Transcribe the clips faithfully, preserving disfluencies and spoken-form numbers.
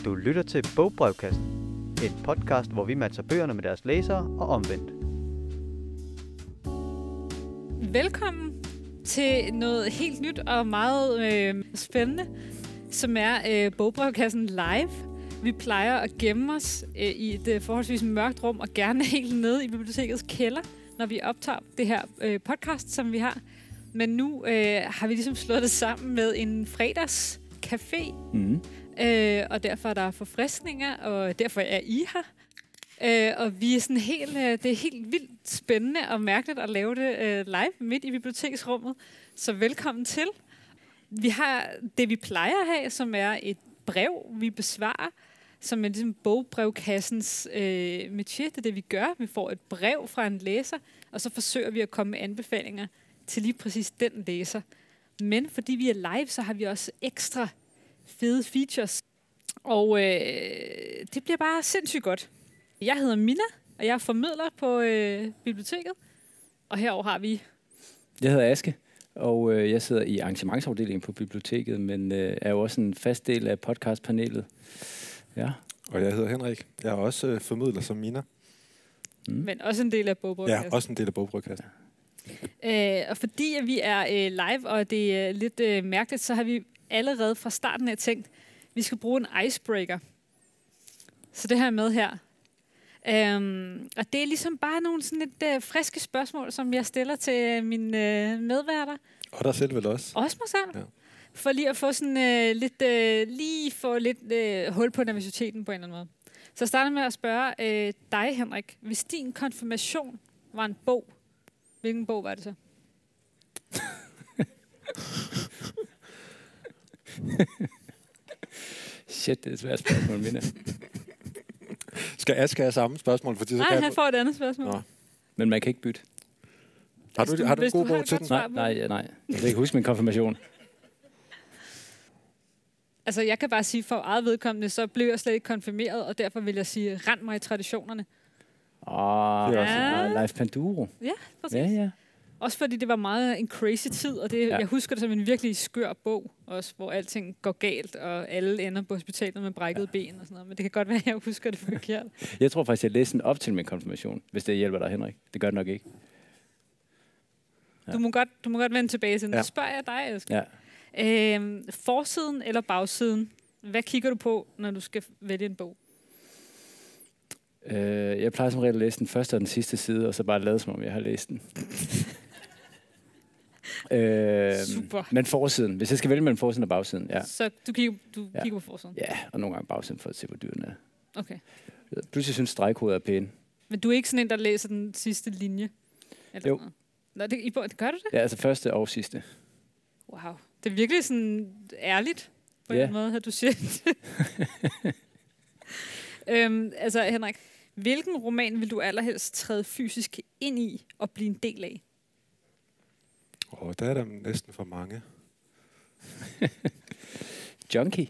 Du lytter til Bogbrevkassen, en podcast, hvor vi matcher bøgerne med deres læsere og omvendt. Velkommen til noget helt nyt og meget øh, spændende, som er øh, Bogbrevkassen live. Vi plejer at gemme os øh, i et øh, forholdsvis mørkt rum, og gerne helt nede i bibliotekets kælder, når vi optager det her øh, podcast, som vi har. Men nu øh, har vi ligesom slået det sammen med en fredagscafé, mm. øh, og derfor er der forfriskninger, og derfor er I her. Øh, og vi er sådan helt, øh, det er helt vildt spændende og mærkeligt at lave det øh, live midt i biblioteksrummet. Så velkommen til. Vi har det, vi plejer at have, som er et brev, vi besvarer, som er ligesom bogbrevkassens øh, metier. Det er det, vi gør. Vi får et brev fra en læser, og så forsøger vi at komme med anbefalinger til lige præcis den læser. Men fordi vi er live, så har vi også ekstra fede features. Og øh, det bliver bare sindssygt godt. Jeg hedder Mina, og jeg er formidler på øh, biblioteket. Og herover har vi... Jeg hedder Aske, og øh, jeg sidder i arrangementsafdelingen på biblioteket, men øh, er jo også en fast del af podcastpanelet. Ja. Og jeg hedder Henrik. Jeg er også øh, formidler som Mina. Mm. Men også en del af bogbrevkassen. Ja, også en del af bogbrevkassen. Øh, og fordi at vi er øh, live, og det er lidt øh, mærkeligt, så har vi allerede fra starten af tænkt, at vi skal bruge en icebreaker. Så det her med her. Um, og det er ligesom bare nogle sådan lidt uh, friske spørgsmål, som jeg stiller til uh, mine uh, medværter. Og dig selv vel også. Også mig selv. Ja. For lige at få sådan uh, lidt, uh, lige få lidt uh, hul på nervøsiteten på en eller anden måde. Så jeg starter med at spørge uh, dig, Henrik. Hvis din konfirmation var en bog, hvilken bog var det så? Shit, det er et svært spørgsmål, Mina. Skal Aske have samme spørgsmål? Fordi så Nej, kan han får et andet spørgsmål. Nå. Men man kan ikke bytte. Har du, har du en god bog til den? Nej, nej, nej. Jeg kan ikke huske min konfirmation. Altså, jeg kan bare sige, for eget vedkommende, så blev jeg slet ikke konfirmeret, og derfor vil jeg sige, rend mig i traditionerne. Åh, oh, ja. Leif Panduro. Ja, præcis. Ja, ja. Også fordi det var meget en crazy tid, og det, ja. jeg husker det som en virkelig skør bog, også, hvor alting går galt, og alle ender på hospitalet med brækket ja. ben og sådan noget. Men det kan godt være, at jeg husker det forkert. Jeg tror faktisk, jeg læste den op til min konfirmation, hvis det hjælper dig, Henrik. Det gør det nok ikke. Ja. Du, må godt, du må godt vende tilbage til den. Ja. Så spørger jeg dig, Eske. Ja. Øhm, forsiden eller bagsiden? Hvad kigger du på, når du skal vælge en bog? Øh, jeg plejer som regel at læse den første og den sidste side, og så bare lade som om, jeg har læst den. Øh, Super. Men forsiden. Hvis jeg skal vælge mellem forsiden og bagsiden, ja. Så du kigger, du ja. kigger på forsiden? Ja, og nogle gange bagsiden for at se, hvor dyrene er. Okay. Pludselig synes stregkoder er pæne. Men du er ikke sådan en, der læser den sidste linje? Eller jo. Nå, det, gør du det? Ja, altså første og sidste. Wow. Det er virkelig sådan ærligt, på ja. en måde, at du siger det. øhm, altså, Henrik, hvilken roman vil du allerhelst træde fysisk ind i og blive en del af? Åh, oh, der er der næsten for mange. Junkie.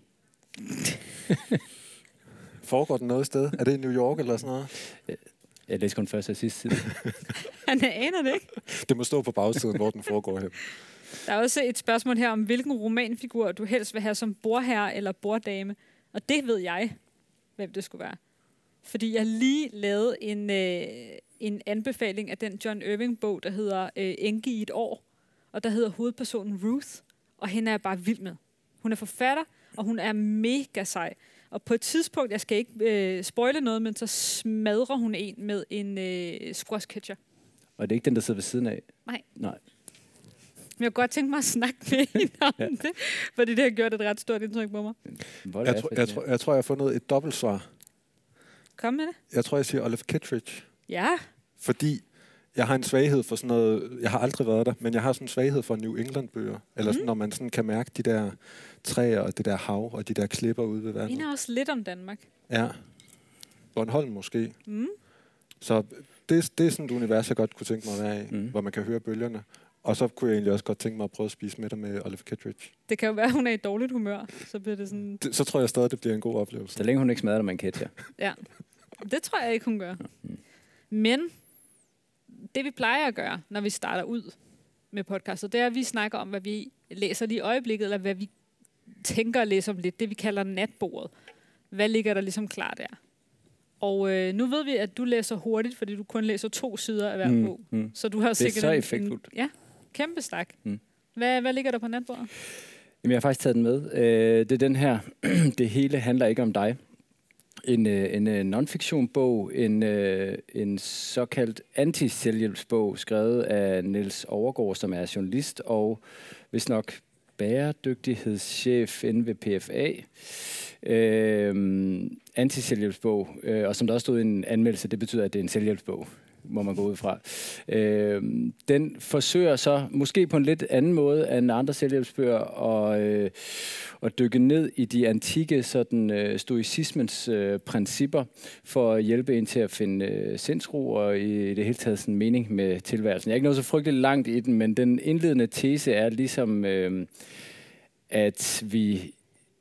Foregår den noget sted? Er det i New York eller sådan noget? Jeg, jeg læste kun første og sidste side. Han aner det ikke. Det må stå på bagsiden, hvor den foregår hen. Der er også et spørgsmål her om, hvilken romanfigur du helst vil have som bordherre eller borddame. Og det ved jeg, hvem det skulle være. Fordi jeg lige lavede en, øh, en anbefaling af den John Irving-bog, der hedder øh, Enke i et år. Og der hedder hovedpersonen Ruth. Og hende er jeg bare vild med. Hun er forfatter, og hun er mega sej. Og på et tidspunkt, jeg skal ikke øh, spoile noget, men så smadrer hun en med en øh, squash catcher. Og det er ikke den, der sidder ved siden af? Nej. Nej. Men jeg kunne godt tænke mig at snakke med hende om ja. det, fordi det har gjort et ret stort indtryk på mig. Jeg, tro, jeg, tro, jeg tror, jeg har fundet et dobbeltsvar. Kom med det. Jeg tror, jeg siger Olive Kitteridge. Ja. Fordi jeg har en svaghed for sådan noget, jeg har aldrig været der, men jeg har sådan en svaghed for New England-bøger. Eller mm. sådan, når man sådan kan mærke de der træer og det der hav og de der klipper ude ved vandet. Det minder også lidt om Danmark. Ja. Bornholm måske. Mm. Så det, det er sådan et univers, jeg godt kunne tænke mig at være i, mm. hvor man kan høre bølgerne. Og så kunne jeg egentlig også godt tænke mig at prøve at spise middag med Olive Kitteridge. Det kan jo være, at hun er i dårligt humør. Så bliver det sådan... Det, så tror jeg stadig, det bliver en god oplevelse. Så længe hun ikke smadrer med en ketchup. Ja, det tror jeg ikke, hun gør. Mm. Men det vi plejer at gøre, når vi starter ud med podcastet, det er, at vi snakker om, hvad vi læser lige i øjeblikket, eller hvad vi tænker at læse om lidt. Det vi kalder natbordet. hvad ligger der ligesom klar der? Og øh, nu ved vi, at du læser hurtigt, fordi du kun læser to sider af hver Mm, bog. mm. Så du har Det er sikkert så en- effektfuldt. En, ja, kæmpe stak. Mm. Hvad, hvad ligger der på natbordet? Jamen, jeg har faktisk taget den med. Øh, det er den her, det hele handler ikke om dig. En, øh, en øh, non-fiktion-bog, en, øh, en såkaldt anti-selvhjælpsbog, skrevet af Niels Overgaard, som er journalist og vist nok bæredygtighedschef inde ved P F A. Øh, anti-selvhjælpsbog, øh, og som der også stod i en anmeldelse, det betyder, at det er en selvhjælpsbog, må man gå ud fra. Øh, den forsøger så, måske på en lidt anden måde end andre selvhjælpsbøger, at, øh, at dykke ned i de antikke sådan, øh, stoicismens øh, principper, for at hjælpe en til at finde øh, sindsro og i, i det hele taget sådan mening med tilværelsen. Jeg er ikke nået så frygteligt langt i den, men den indledende tese er ligesom, øh, at vi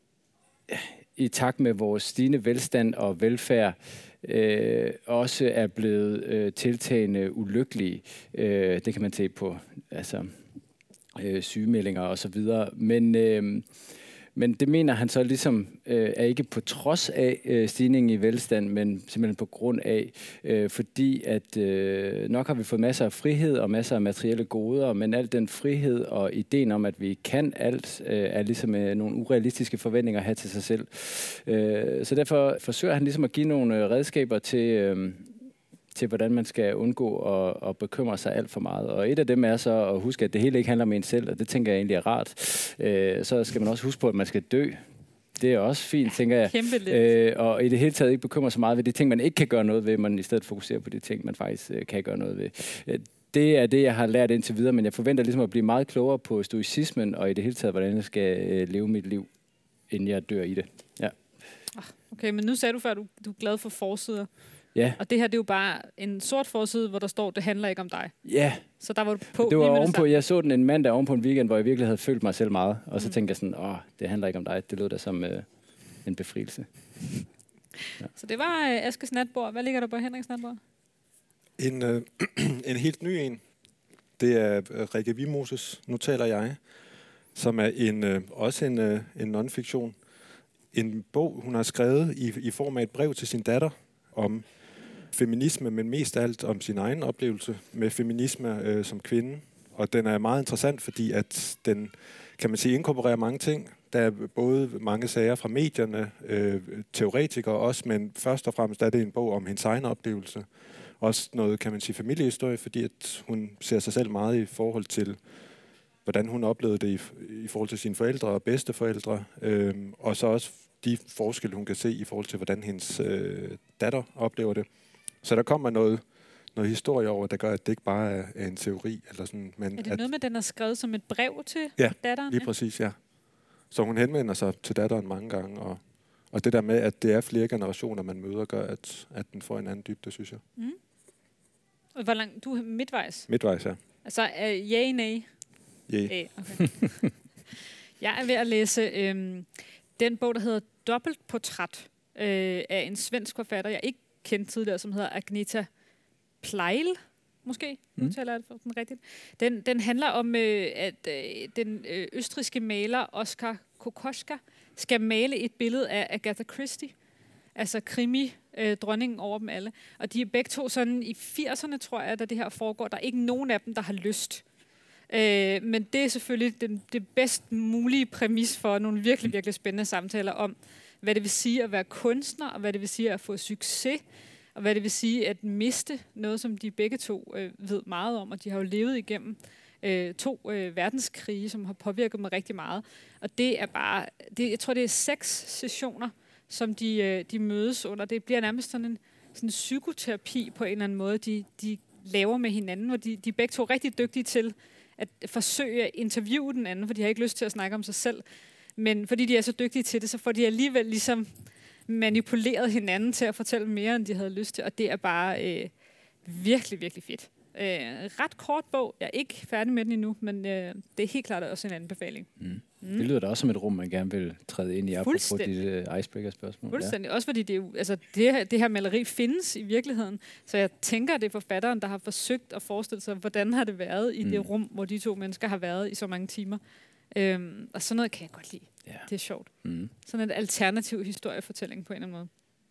i takt med vores stigende velstand og velfærd, øh, også er blevet øh, tiltagende ulykkelige. Øh, det kan man se på altså, øh, sygemeldinger og så videre. Men, øh, men det mener han så ligesom øh, er ikke på trods af øh, stigningen i velstand, men simpelthen på grund af, øh, fordi at øh, nok har vi fået masser af frihed og masser af materielle goder, men al den frihed og ideen om, at vi kan alt, øh, er ligesom øh, nogle urealistiske forventninger at have til sig selv. Øh, så derfor forsøger han ligesom at give nogle øh, redskaber til, øh, til, hvordan man skal undgå at, at bekymre sig alt for meget. Og et af dem er så at huske, at det hele ikke handler om en selv, og det tænker jeg egentlig er rart. Øh, så skal man også huske på, at man skal dø. Det er også fint, tænker jeg. Kæmpe lidt. Øh, og i det hele taget ikke bekymre så meget ved de ting, man ikke kan gøre noget ved, man i stedet fokuserer på de ting, man faktisk øh, kan gøre noget ved. Øh, det er det, jeg har lært indtil videre, men jeg forventer ligesom at blive meget klogere på stoicismen, og i det hele taget, hvordan jeg skal øh, leve mit liv, inden jeg dør i det. Ja. Okay, men nu sagde du før, at du, du er glad for forsider. Ja. Og det her, det er jo bare en sort forside, hvor der står, det handler ikke om dig. Ja. Så der var du på Det var lige med ovenpå, samme. jeg så den en mandag ovenpå en weekend, hvor jeg virkelig havde følt mig selv meget. Og så Mm. tænkte jeg sådan, åh, det handler ikke om dig. Det lød da som øh, en befrielse. Så det var øh, Askes natbord. Hvad ligger der på Henriks natbord? En, øh, en helt ny en. Det er øh, Rikke Vimoses Nu taler jeg, som er en, øh, også en, øh, en non-fiktion. En bog, hun har skrevet i, i form af et brev til sin datter om feminisme, men mest af alt om sin egen oplevelse med feminisme øh, som kvinde. Og den er meget interessant, fordi at den, kan man sige, inkorporerer mange ting. Der er både mange sager fra medierne, øh, teoretikere også, men først og fremmest er det en bog om hendes egen oplevelse. Også noget, kan man sige, familiehistorie, fordi at hun ser sig selv meget i forhold til, hvordan hun oplevede det i, i forhold til sine forældre og bedsteforældre, øh, og så også de forskelle, hun kan se i forhold til, hvordan hendes øh, datter oplever det. Så der kommer noget, noget historie over, der gør, at det ikke bare er, er en teori. Eller sådan, men Er det at, noget med, at den er skrevet som et brev til Ja, datteren? lige præcis, ja. Så hun henvender sig til datteren mange gange, og, og det der med, at det er flere generationer, man møder, gør, at, at den får en anden dybde, synes jeg. Mm. Og hvor langt? Du er midtvejs? Midtvejs, ja. Altså, uh, ja, nej? Yeah. Ja, okay. Jeg er ved at læse øhm, den bog, der hedder Dobbeltportræt øh, af en svensk forfatter, jeg ikke kendte tidligere, som hedder Agneta Pleil, måske, Mm. nu taler jeg det for den rigtigt. Den, den handler om, øh, at øh, den øh, østrigske maler Oskar Kokoschka skal male et billede af Agatha Christie, altså krimi, øh, dronningen over dem alle. Og de er begge to sådan i firserne, tror jeg, da det her foregår. Der er ikke nogen af dem, der har lyst. Øh, men det er selvfølgelig den, det bedst mulige præmis for nogle virkelig, virkelig spændende samtaler om, hvad det vil sige at være kunstner, og hvad det vil sige at få succes, og hvad det vil sige at miste noget, som de begge to øh, ved meget om, og de har jo levet igennem øh, to øh, verdenskrige, som har påvirket mig rigtig meget. Og det er bare, det, jeg tror det er seks sessioner, som de, øh, de mødes under. Det bliver nærmest sådan en, sådan en psykoterapi på en eller anden måde, de, de laver med hinanden, hvor de, de er begge to rigtig dygtige til at forsøge at interviewe den anden, for de har ikke lyst til at snakke om sig selv. Men fordi de er så dygtige til det, så får de alligevel ligesom manipuleret hinanden til at fortælle mere, end de havde lyst til. Og det er bare øh, virkelig, virkelig fedt. Øh, ret kort bog. Jeg er ikke færdig med den endnu, men øh, det er helt klart også en anbefaling. Mm. Mm. Det lyder da også som et rum, man gerne vil træde ind i, apropos Fuldstændig. dit uh, icebreaker-spørgsmål. Fuldstændig. Også fordi det, er jo, altså det, her, det her maleri findes i virkeligheden. Så jeg tænker, det er forfatteren, der har forsøgt at forestille sig, hvordan har det været i mm. det rum, hvor de to mennesker har været i så mange timer. Øhm, og sådan noget kan jeg godt lide. Ja. Det er sjovt. Mm. Sådan en alternativ historiefortælling på en eller anden måde.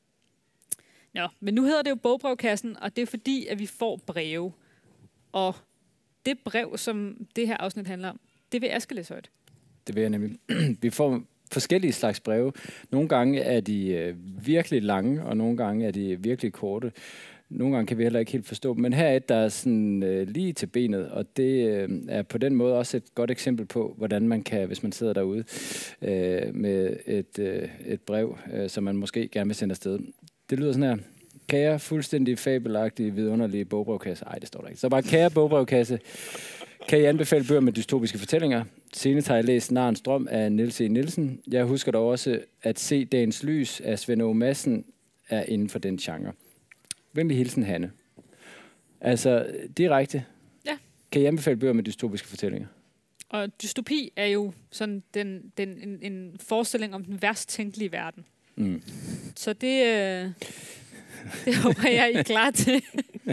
Nå, men nu hedder det jo bogbrevkassen, og det er fordi, at vi får breve. Og det brev, som det her afsnit handler om, det vil Aske læse højt. Det vil jeg nemlig. Vi får forskellige slags breve. Nogle gange er de øh, virkelig lange, og nogle gange er de virkelig korte. Nogle gange kan vi heller ikke helt forstå dem. Men her er et, der er sådan, øh, lige til benet, og det øh, er på den måde også et godt eksempel på, hvordan man kan, hvis man sidder derude øh, med et, øh, et brev, øh, som man måske gerne vil sende afsted. Det lyder sådan her. Kære, fuldstændig fabelagtige, vidunderlige bogbrevkasse. Ej, det står der ikke. Så bare kære bogbrevkasse. Kan I anbefale bøger med dystopiske fortællinger? Senest har jeg læst Narens Drøm af Niels E. Nielsen. Jeg husker dog også at Se Dagens Lys af Svend Åge Madsen er inden for den genre. Venlig hilsen, Hanne. Altså, direkte. Ja. Kan I anbefale bøger med dystopiske fortællinger? Og dystopi er jo sådan den, den, en, en forestilling om den værst tænkelige verden. Mm. Så det, øh, det håber jeg, I er klar til.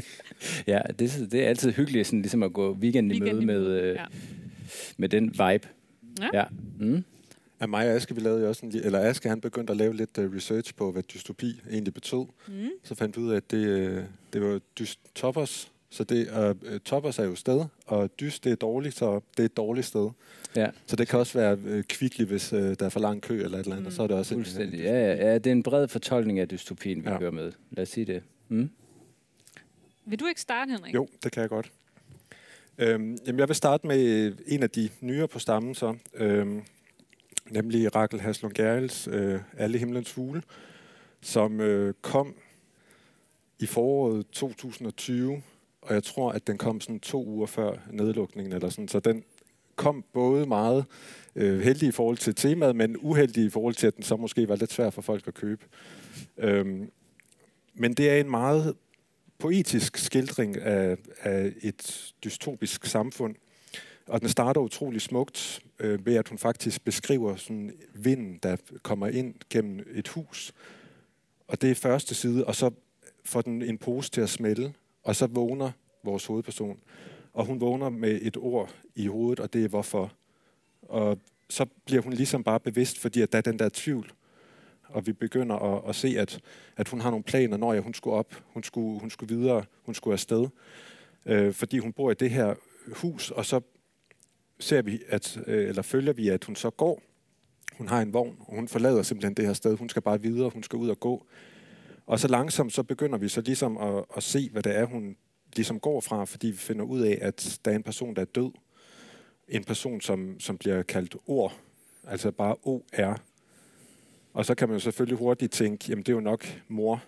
Ja, det, det er altid hyggeligt sådan, ligesom at gå weekend i møde med, øh, ja. med den vibe. Ja. Ja. Mm. Af mig og Aske, vi lavede jo også en, eller Aske, han begyndte at lave lidt uh, research på, hvad dystopi egentlig betød. Mm. Så fandt vi ud af, at det, uh, det var dystopos. Så det, uh, topos er jo sted, og dyst, det er dårligt, så det er et dårligt sted. Ja. Så det kan også være uh, kvickligt, hvis uh, der er for lang kø eller et eller andet, mm. så er det også fuldstændig. Ja, ja, ja, det er en bred fortolkning af dystopien, vi ja. hører med. Lad os sige det. Mm. Vil du ikke starte, Henrik? Jo, det kan jeg godt. Øhm, jamen, jeg vil starte med en af de nyere på stammen, så, øhm, nemlig Rachel Haslund Gerrels øh, Alle himlens fugle, som øh, kom i foråret to tusind og tyve, og jeg tror, at den kom sådan to uger før nedlukningen, eller sådan, så den kom både meget øh, heldig i forhold til temaet, men uheldig i forhold til, at den så måske var lidt svær for folk at købe. Øhm, men det er en meget poetisk skildring af, af et dystopisk samfund. Og den starter utrolig smukt øh, ved, at hun faktisk beskriver sådan vinden, der kommer ind gennem et hus. Og det er første side, og så får den en pose til at smelle, og så vågner vores hovedperson. Og hun vågner med et ord i hovedet, og det er hvorfor. Og så bliver hun ligesom bare bevidst, fordi at der er den der tvivl. Og vi begynder at, at se, at, at hun har nogle planer, når ja, hun skulle op, hun skulle, hun skulle videre, hun skulle afsted. Øh, fordi hun bor i det her hus, og så ser vi, at, øh, eller følger vi, at hun så går. Hun har en vogn, og hun forlader simpelthen det her sted. Hun skal bare videre, hun skal ud og gå. Og så langsomt, så begynder vi så ligesom at, at se, hvad det er, hun ligesom går fra, fordi vi finder ud af, at der er en person, der er død. En person, som, som bliver kaldt ord, altså bare O R. Og så kan man jo selvfølgelig hurtigt tænke, jamen det er jo nok mor.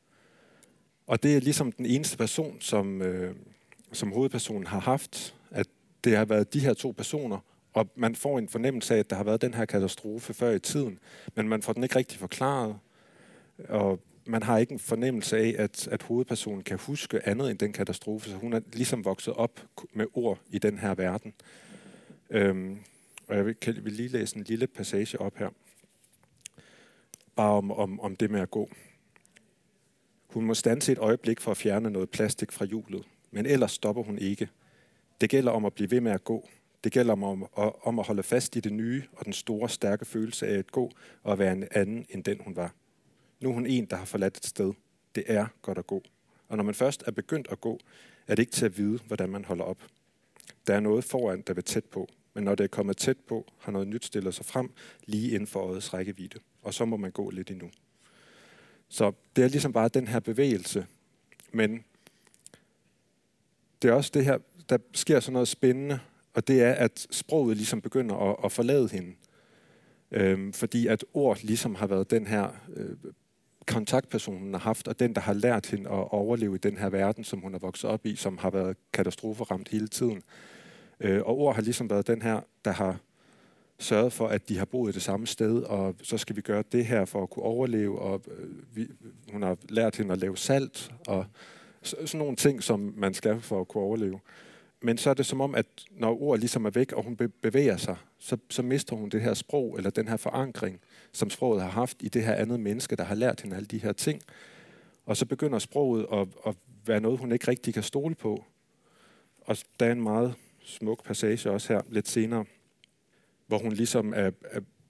Og det er ligesom den eneste person, som, øh, som hovedpersonen har haft, at det har været de her to personer, og man får en fornemmelse af, at der har været den her katastrofe før i tiden, men man får den ikke rigtig forklaret, og man har ikke en fornemmelse af, at, at hovedpersonen kan huske andet end den katastrofe, så hun er ligesom vokset op med ord i den her verden. Øhm, og jeg vil, kan, vil lige læse en lille passage op her. Bare om, om, om det med at gå. Hun må standse et øjeblik for at fjerne noget plastik fra hjulet, men ellers stopper hun ikke. Det gælder om at blive ved med at gå. Det gælder om, om, om at holde fast i det nye og den store, stærke følelse af at gå og at være en anden end den, hun var. Nu er hun en, der har forladt et sted. Det er godt at gå. Og når man først er begyndt at gå, er det ikke til at vide, hvordan man holder op. Der er noget foran, der vil tæt på. Men når det er kommet tæt på, har noget nyt stillet sig frem lige inden for øjets rækkevidde. Og så må man gå lidt endnu. Så det er ligesom bare den her bevægelse. Men det er også det her, der sker sådan noget spændende, og det er, at sproget ligesom begynder at, at forlade hende. Øhm, fordi at ord ligesom har været den her øh, kontaktperson, hun har haft, og den, der har lært hende at overleve i den her verden, som hun er vokset op i, som har været katastroferamt hele tiden. Øh, og ord har ligesom været den her, der har sørget for, at de har boet det samme sted, og så skal vi gøre det her for at kunne overleve, og øh, vi, hun har lært hende at lave salt, og så, sådan nogle ting, som man skal for at kunne overleve. Men så er det som om, at når ord ligesom er væk, og hun bevæger sig, så, så mister hun det her sprog, eller den her forankring, som sproget har haft i det her andet menneske, der har lært hende alle de her ting. Og så begynder sproget at, at være noget, hun ikke rigtig kan stole på. Og der er en meget smuk passage også her, lidt senere, hvor hun ligesom er, er,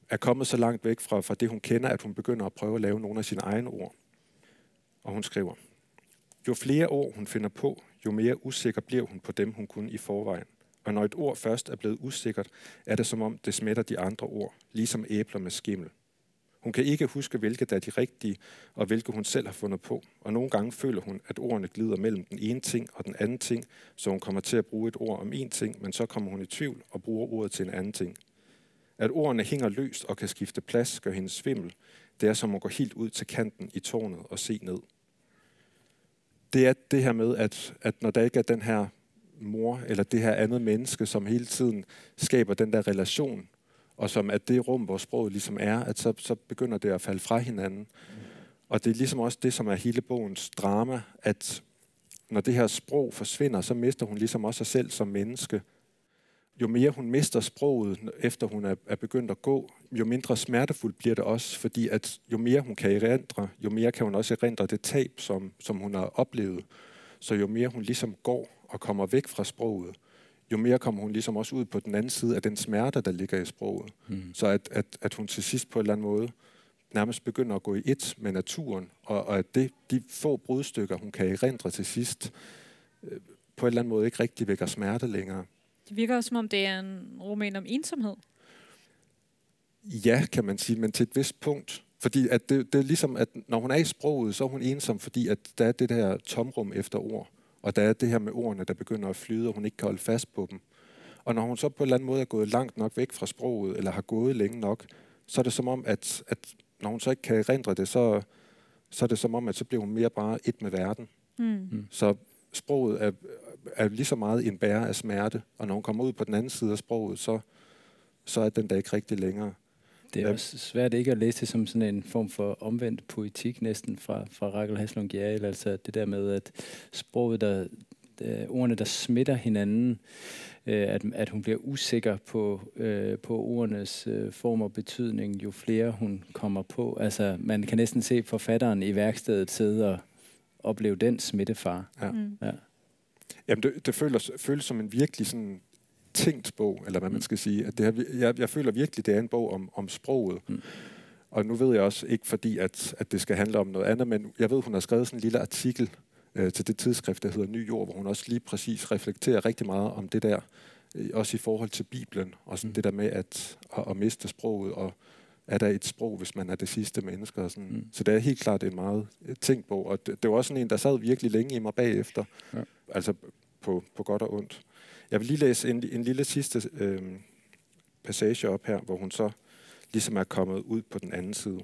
er kommet så langt væk fra, fra det, hun kender, at hun begynder at prøve at lave nogle af sine egne ord. Og hun skriver, jo flere ord hun finder på, jo mere usikker bliver hun på dem, hun kunne i forvejen. Og når et ord først er blevet usikkert, er det som om det smitter de andre ord, ligesom æbler med skimmel. Hun kan ikke huske, hvilke der er de rigtige, og hvilke hun selv har fundet på. Og nogle gange føler hun, at ordene glider mellem den ene ting og den anden ting, så hun kommer til at bruge et ord om en ting, men så kommer hun i tvivl og bruger ordet til en anden ting. At ordene hænger løst og kan skifte plads, gør hendes svimmel. Det er som at gå helt ud til kanten i tårnet og se ned. Det er det her med, at, at når der ikke er den her mor eller det her andet menneske, som hele tiden skaber den der relation, og som at det rum, hvor sproget ligesom er, at så, så begynder det at falde fra hinanden. Mm. Og det er ligesom også det, som er hele bogens drama, at når det her sprog forsvinder, så mister hun ligesom også sig selv som menneske. Jo mere hun mister sproget, efter hun er, er begyndt at gå, jo mindre smertefuldt bliver det også, fordi at jo mere hun kan erindre, jo mere kan hun også erindre det tab, som, som hun har oplevet. Så jo mere hun ligesom går og kommer væk fra sproget, jo mere kommer hun ligesom også ud på den anden side af den smerte, der ligger i sproget. Mm. Så at, at, at hun til sidst på en eller anden måde nærmest begynder at gå i et med naturen, og, og at det, de få brudstykker, hun kan erindre til sidst, øh, på en eller anden måde ikke rigtig vækker smerte længere. Det virker også, som om det er en roman om ensomhed. Ja, kan man sige, men til et vist punkt. Fordi at det, det er ligesom, at når hun er i sproget, så er hun ensom, fordi at der er det der tomrum efter ord. Og der er det her med ordene, der begynder at flyde, og hun ikke kan holde fast på dem. Og når hun så på en eller anden måde er gået langt nok væk fra sproget, eller har gået længe nok, så er det som om, at, at når hun så ikke kan erindre det, så, så er det som om, at så bliver hun mere bare et med verden. Mm. Mm. Så sproget er, er lige så meget en bærer af smerte, og når hun kommer ud på den anden side af sproget, så, så er den der ikke rigtig længere. Det er også svært ikke at læse det som sådan en form for omvendt poetik næsten fra, fra Rachel Haslund Gjerrild. Altså det der med, at sproget, der, der, ordene, der smitter hinanden, øh, at, at hun bliver usikker på, øh, på ordenes øh, form og betydning, jo flere hun kommer på. Altså man kan næsten se forfatteren i værkstedet sidde og opleve den smittefar. Ja. Mm. Ja. Jamen det, det føles, føles som en virkelig sådan tænkt bog, eller hvad man skal sige. At det her, jeg, jeg føler virkelig, det er en bog om, om sproget. Mm. Og nu ved jeg også ikke, fordi at, at det skal handle om noget andet, men jeg ved, hun har skrevet sådan en lille artikel øh, til det tidsskrift, der hedder Ny Jord, hvor hun også lige præcis reflekterer rigtig meget om det der, øh, også i forhold til Bibelen, og sådan mm. det der med at, at, at miste sproget, og er der et sprog, hvis man er det sidste menneske. Og sådan. Mm. Så det er helt klart en meget tænkt bog, og det, det var også sådan en, der sad virkelig længe i mig bagefter, ja. Altså på, på godt og ondt. Jeg vil lige læse en, en lille sidste øh, passage op her, hvor hun så ligesom er kommet ud på den anden side.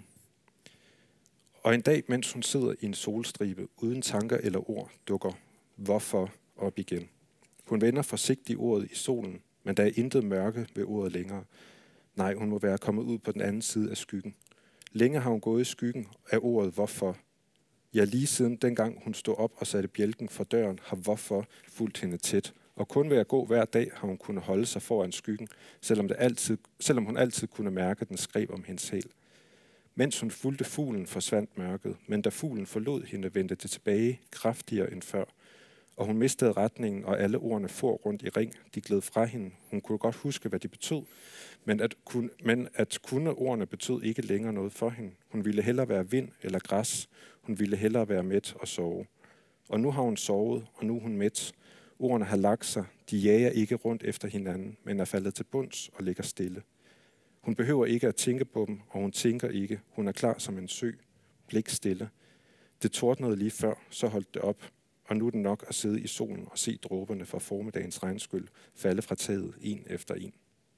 Og en dag, mens hun sidder i en solstribe, uden tanker eller ord, dukker hvorfor op igen. Hun vender forsigtigt ordet i solen, men der er intet mørke ved ordet længere. Nej, hun må være kommet ud på den anden side af skyggen. Længe har hun gået i skyggen af ordet hvorfor. Ja, lige siden dengang hun stod op og satte bjælken for døren, har hvorfor fulgt hende tæt. Og kun ved at gå hver dag har hun kunnet holde sig foran skyggen, selvom, det altid, selvom hun altid kunne mærke den greb om hendes hæl. Mens hun fulgte fuglen, forsvandt mørket, men da fuglen forlod hende, vendte det tilbage, kraftigere end før. Og hun mistede retningen, og alle ordene for rundt i ring. De gled fra hende. Hun kunne godt huske, hvad de betød, men at, kunne, men at kunne ordene betød ikke længere noget for hende. Hun ville hellere være vind eller græs. Hun ville hellere være mæt og sove. Og nu har hun sovet, og nu er hun mæt. Ordene har lagt sig. De jager ikke rundt efter hinanden, men er faldet til bunds og ligger stille. Hun behøver ikke at tænke på dem, og hun tænker ikke. Hun er klar som en sø. Blik stille. Det tordnede lige før, så holdt det op. Og nu er den nok at sidde i solen og se dråberne fra formiddagens regnskyld falde fra taget en efter en.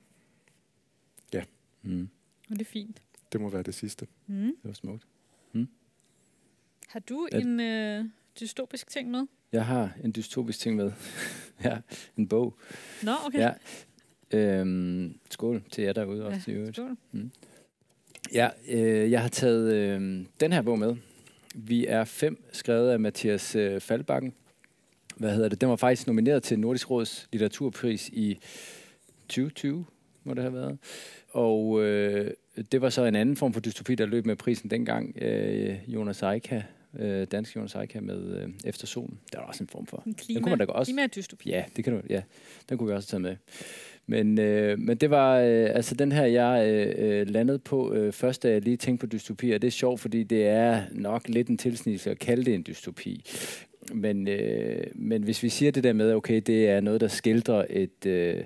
Ja. Mm. Og det er fint. Det må være det sidste. Mm. Det var smukt. Mm. Har du At en øh, dystopisk ting med? Jeg har en dystopisk ting med. Ja, en bog. Nå, okay. Ja. Øhm, skål til jer derude også. Ja, skål. Mm. Ja, øh, jeg har taget øh, den her bog med. Vi er fem, skrevet af Mathias øh, Faldbakken. Hvad hedder det? Den var faktisk nomineret til Nordisk Råds litteraturpris i tyve tyve, må det have været. Og øh, det var så en anden form for dystopi, der løb med prisen dengang. Øh, Jonas Eika øh, danske Jonas Eika med øh, Efter solen. Det er også en form for... En klima, den kunne man da også... klimadystopi. Ja, det kan du, ja, den kunne vi også tage med. Men, øh, men det var øh, altså den her, jeg øh, landede på øh, først, da jeg lige tænkte på dystopi, og det er sjovt, fordi det er nok lidt en tilsnigelse at kalde det en dystopi. Men, øh, men hvis vi siger det der med, okay, det er noget, der skildrer et øh,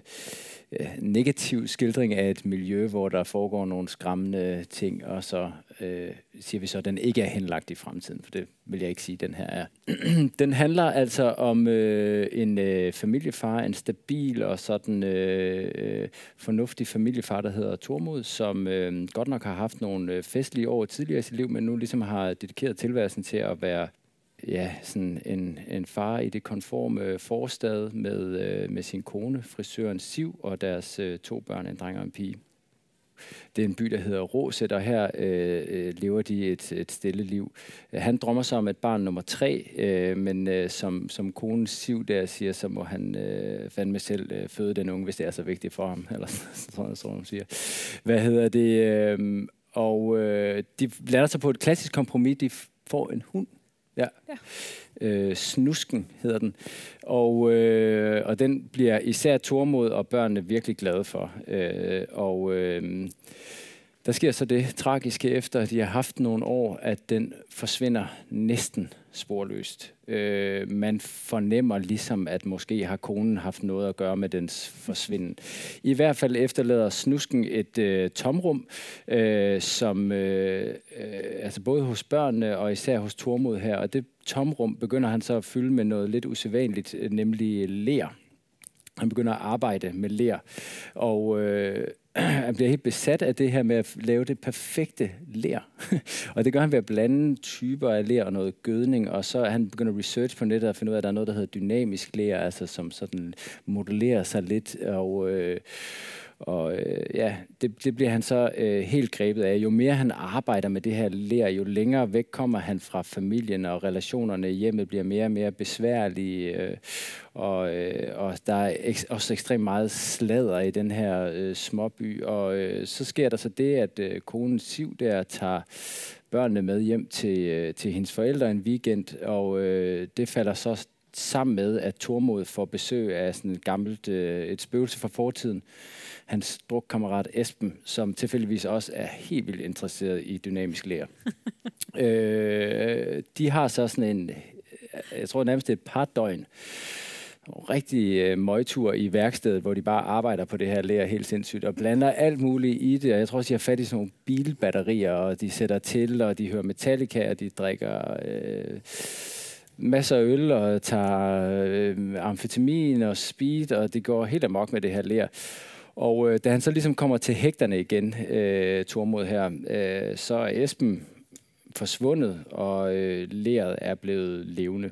negativ skildring af et miljø, hvor der foregår nogle skræmmende ting, og så øh, siger vi så, at den ikke er henlagt i fremtiden, for det vil jeg ikke sige, den her er. Den handler altså om øh, en øh, familiefar, en stabil og sådan øh, fornuftig familiefar, der hedder Tormod, som øh, godt nok har haft nogle øh, festlige år tidligere i sit liv, men nu ligesom har dedikeret tilværelsen til at være ja, sådan en, en far i det konforme forstad med, øh, med sin kone, frisøren Siv, og deres øh, to børn, en dreng og en pige. Det er en by, der hedder Råsæt, og her øh, lever de et, et stille liv. Han drømmer sig om et barn nummer tre, øh, men øh, som, som konen Siv der siger, så må han øh, fandme selv øh, føde den unge, hvis det er så vigtigt for ham, eller sådan noget, hun siger. Hvad hedder det? Øh, og øh, de lander sig på et klassisk kompromis, de får en hund. Ja. ja. Øh, Snusken hedder den. Og, øh, og den bliver især Tormod og børnene virkelig glade for. Øh, og øh, der sker så det tragiske efter, at de har haft nogle år, at den forsvinder næsten sporløst. Øh, man fornemmer ligesom, at måske har konen haft noget at gøre med dens forsvinden. I hvert fald efterlader Snusken et øh, tomrum, øh, som øh, øh, altså både hos børnene og især hos Tormod her. Og det tomrum begynder han så at fylde med noget lidt usædvanligt, nemlig ler. Han begynder at arbejde med ler, og øh, han bliver helt besat af det her med at lave det perfekte ler. Og det gør han ved at blande typer af ler og noget gødning, og så han begynder at research på nettet og finde ud af, at der er noget, der hedder dynamisk ler, altså som sådan modellerer sig lidt, og øh, Og øh, ja, det, det bliver han så øh, helt grebet af. Jo mere han arbejder med det her ler, jo længere væk kommer han fra familien, og relationerne i hjemmet bliver mere og mere besværlige. Øh, og, øh, og der er ek- også ekstremt meget sladder i den her øh, småby. Og øh, så sker der så det, at øh, konen Siv der tager børnene med hjem til, øh, til hendes forældre en weekend, og øh, det falder så sammen med, at Tormod får besøg af sådan et gammelt, øh, et spøgelse fra fortiden. Hans drukkammerat Esben, som tilfældigvis også er helt vildt interesseret i dynamisk ler. øh, de har så sådan en, jeg tror nærmest et par døgn, rigtig øh, møgtur i værkstedet, hvor de bare arbejder på det her ler helt sindssygt, og blander alt muligt i det. Og jeg tror også, de har fat i sådan nogle bilbatterier, og de sætter til, og de hører Metallica, og de drikker Øh, masser af øl og tager øh, amfetamin og speed, og det går helt amok med det her ler. Og øh, da han så ligesom kommer til hægterne igen, øh, Tormod her, øh, så er Esben forsvundet, og øh, leret er blevet levende.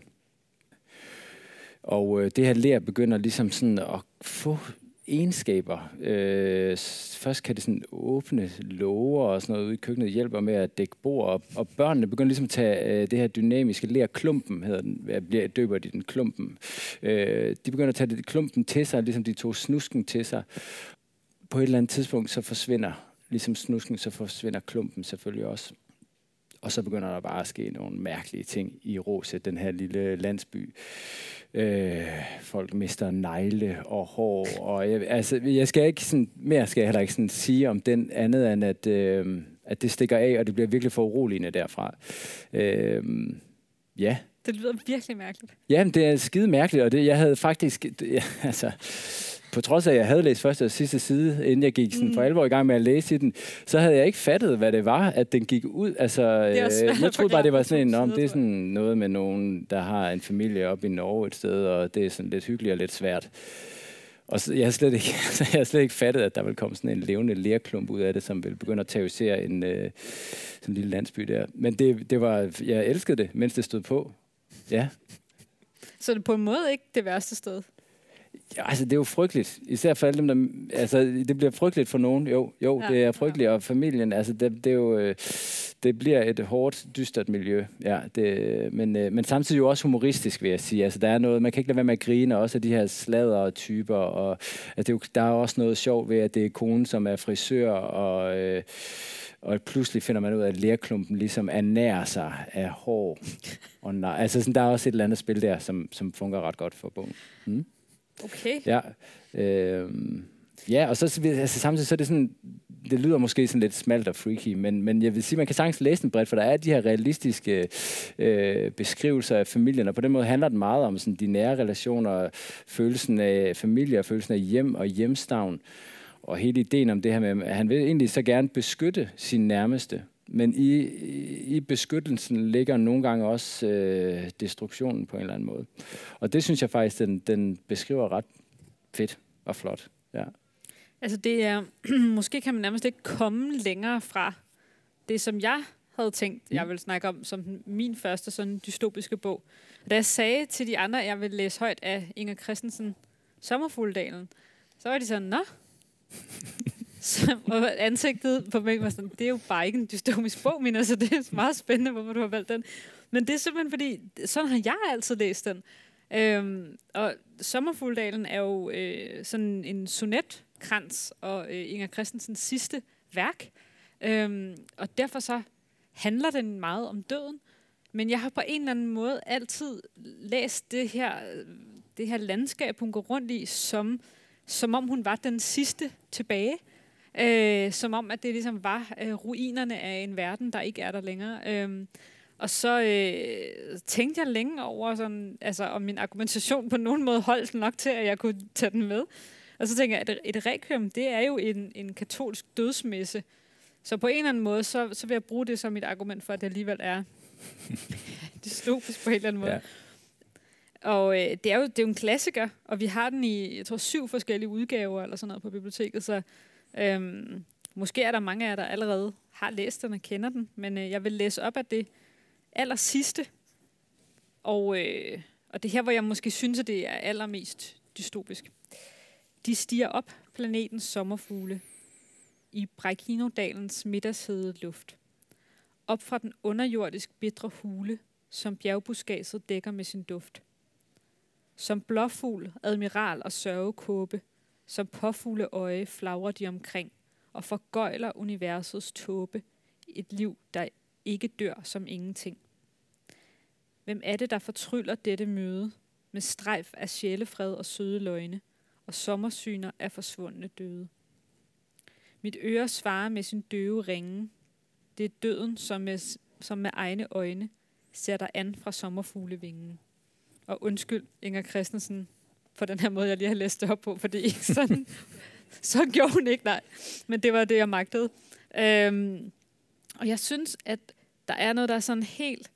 Og øh, det her ler begynder ligesom sådan at få egenskaber. Øh, først kan det sådan åbne låger og sådan noget ude i køkkenet, hjælper med at dække bord, og, og børnene begynder ligesom at tage øh, det her dynamiske ler, klumpen hedder den, jeg døber de den klumpen. Øh, de begynder at tage det klumpen til sig, ligesom de tog Snusken til sig. På et eller andet tidspunkt så forsvinder, ligesom Snusken, så forsvinder klumpen selvfølgelig også. Og så begynder der bare at ske nogle mærkelige ting i Råsæt, den her lille landsby. Øh, folk mister negle og hår, og jeg, altså, jeg skal ikke sådan, mere skal jeg heller ikke sådan sige om den andet, end at, øh, at det stikker af, og det bliver virkelig for uroligende derfra. Øh, ja. Det lyder virkelig mærkeligt. Ja, det er skide mærkeligt, og det, jeg havde faktisk, det, altså, på trods af, at jeg havde læst første og sidste side, inden jeg gik sådan, mm. for alvor i gang med at læse i den, så havde jeg ikke fattet, hvad det var, at den gik ud. Altså, øh, jeg troede bare, det var sådan en, om det er sådan noget med nogen, der har en familie oppe i Norge et sted, og det er sådan lidt hyggeligt og lidt svært. Og så, jeg har slet ikke, jeg har slet ikke fattet, at der ville komme sådan en levende lerklump ud af det, som ville begynde at terrorisere en, øh, sådan en lille landsby der. Men det, det var, jeg elskede det, mens det stod på. Ja. Så det er på en måde ikke det værste sted? Ja, altså det er jo frygteligt. Især for alle dem, der, altså det bliver frygteligt for nogen. Jo, jo, ja, det er frygteligt, ja. Og familien, altså det, det er jo, det bliver et hårdt, dystert miljø. Ja, det, men, men samtidig jo også humoristisk, vil jeg sige. Altså der er noget, man kan ikke lade være med at grine også af de her sladder og typer, og altså, det er jo, der er også noget sjovt ved, at det er konen, som er frisør, og øh, og pludselig finder man ud af, at lerklumpen ligesom ernærer sig af hår. Og nej, altså sådan, der er også et eller andet spil der, som, som fungerer ret godt for bogen. Mm. Okay. Ja, øh, ja, og så altså, samtidig så er det sådan, det lyder måske sådan lidt smalt og freaky, men, men jeg vil sige, man kan sagtens læse den bredt, for der er de her realistiske øh, beskrivelser af familien, og på den måde handler den meget om sådan, de nære relationer, følelsen af familie, følelsen af hjem og hjemstavn, og hele ideen om det her med, at han vil egentlig så gerne beskytte sin nærmeste, men i, i beskyttelsen ligger nogle gange også øh, destruktionen på en eller anden måde. Og det synes jeg faktisk, den, den beskriver ret fedt og flot. Ja. Altså det er, måske kan man nærmest ikke komme længere fra det, som jeg havde tænkt, jeg ville snakke om som den, min første sådan dystopiske bog. Da jeg sagde til de andre, at jeg ville læse højt af Inger Christensen, Sommerfugledalen, så var de sådan, nå. Så, og ansigtet på mig var sådan, det er jo bare ikke en dystopisk bog, Mina, så det er meget spændende, hvorfor du har valgt den. Men det er simpelthen fordi, sådan har jeg altid læst den. Øhm, og Sommerfugledalen er jo øh, sådan en sonetkrans og øh, Inger Christensens sidste værk. Øhm, og derfor så handler den meget om døden. Men jeg har på en eller anden måde altid læst det her, det her landskab, hun går rundt i, som, som om hun var den sidste tilbage. Øh, som om, at det ligesom var øh, ruinerne af en verden, der ikke er der længere. Øh, og så øh, tænkte jeg længe over, sådan, altså, om min argumentation på nogen måde holdt nok til, at jeg kunne tage den med. Og så tænker jeg, at et requiem, det er jo en, en katolsk dødsmesse. Så på en eller anden måde, så, så vil jeg bruge det som et argument for, at det alligevel er dystopisk på en eller anden måde. Ja. Og øh, det er jo det er jo en klassiker, og vi har den i, jeg tror, syv forskellige udgaver eller sådan noget på biblioteket, så øhm, måske er der mange af jer, der allerede har læst den og kender den, men øh, jeg vil læse op af det aller sidste, og, øh, og det her, hvor jeg måske synes, at det er allermest dystopisk. De stiger op planetens sommerfugle i Brækinodalens middagshede luft. Op fra den underjordisk bitre hule, som bjergbuskadset dækker med sin duft. Som blåfugl, admiral og sørgekåbe, som påfugle øje flagrer de omkring og forgøjler universets tåbe, et liv, der ikke dør som ingenting. Hvem er det, der fortryller dette møde med strejf af sjælefred og søde løgne og sommersyner af forsvundne døde? Mit øre svarer med sin døve ringe. Det er døden, som med, som med egne øjne ser der an fra sommerfuglevingen. Og undskyld, Inger Christensen, for den her måde, jeg lige har læst det op på, for det er ikke sådan. Så gjorde hun ikke, nej. Men det var det, jeg magtede. Øhm, og jeg synes, at der er noget, der er sådan helt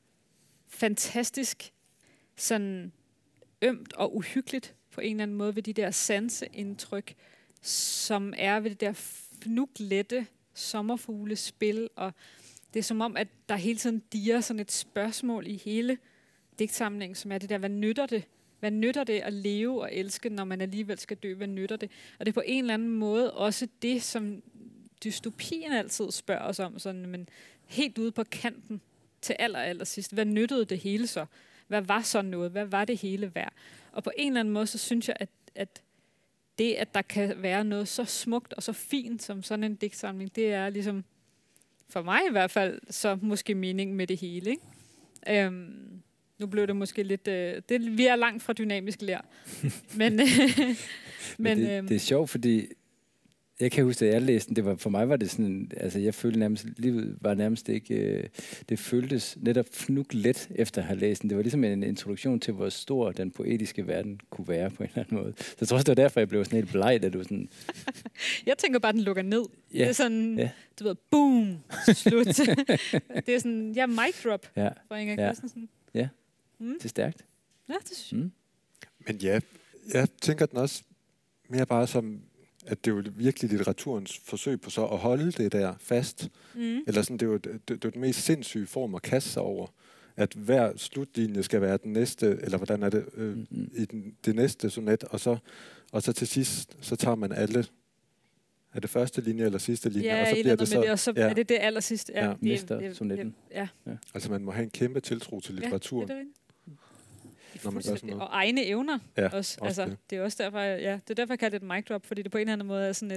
fantastisk, sådan ømt og uhyggeligt på en eller anden måde ved de der sanseindtryk, som er ved det der fnuglette sommerfuglespil. Og det er som om, at der hele tiden dirrer sådan et spørgsmål i hele digtsamlingen, som er det der, hvad nytter det? Hvad nytter det at leve og elske, når man alligevel skal dø? Hvad nytter det? Og det er på en eller anden måde også det, som dystopien altid spørger os om, sådan, men helt ude på kanten til aller, aller sidst. Hvad nyttede det hele så? Hvad var så noget? Hvad var det hele værd? Og på en eller anden måde, så synes jeg, at, at det, at der kan være noget så smukt og så fint som sådan en digtsamling, det er ligesom, for mig i hvert fald, så måske meningen med det hele, ikke? Øhm, Nu blev det måske lidt... Øh, det, vi er langt fra dynamisk lær. men øh, men det, øh, det er sjovt, fordi jeg kan huske, at jeg læste den, det var, for mig var det sådan... Altså, jeg følte nærmest... Livet var nærmest ikke... Øh, det føltes netop fnug let efter at have læst den. Det var ligesom en introduktion til, hvor stor den poetiske verden kunne være på en eller anden måde. Så jeg tror også, det var derfor, jeg blev sådan helt bleg, da du sådan... jeg tænker bare, at den lukker ned. Ja. Det er sådan... Ja. Du ved, boom! Slut. Det er sådan... Ja, mic drop Ja. fra Inger Ja. Christensen. Ja. Mm. Det er stærkt. Ja, det synes jeg. Mm. Men ja, jeg tænker den også mere bare som, at det er jo virkelig litteraturens forsøg på så at holde det der fast. Mm. Eller sådan, det er jo det, det, det er den mest sindssyge form at kaste sig over. At hver slutlinje skal være den næste, eller hvordan er det, øh, Mm-hmm. i den, det næste sonet, og så, og så til sidst, så tager man alle, er det første linje eller sidste linje, Ja, og så et bliver eller det andet med så, det, og så ja. er det det aller sidste. Ja, Ja. det, Mister det, sonetten. Ja, Altså man må have en kæmpe tiltro til litteraturen, ja, det er det. når man gør sådan noget. Og egne evner Ja, også. også Altså, det. det er også derfor, jeg, ja, det er derfor, jeg kalder det et mic drop, fordi det på en eller anden måde er sådan et,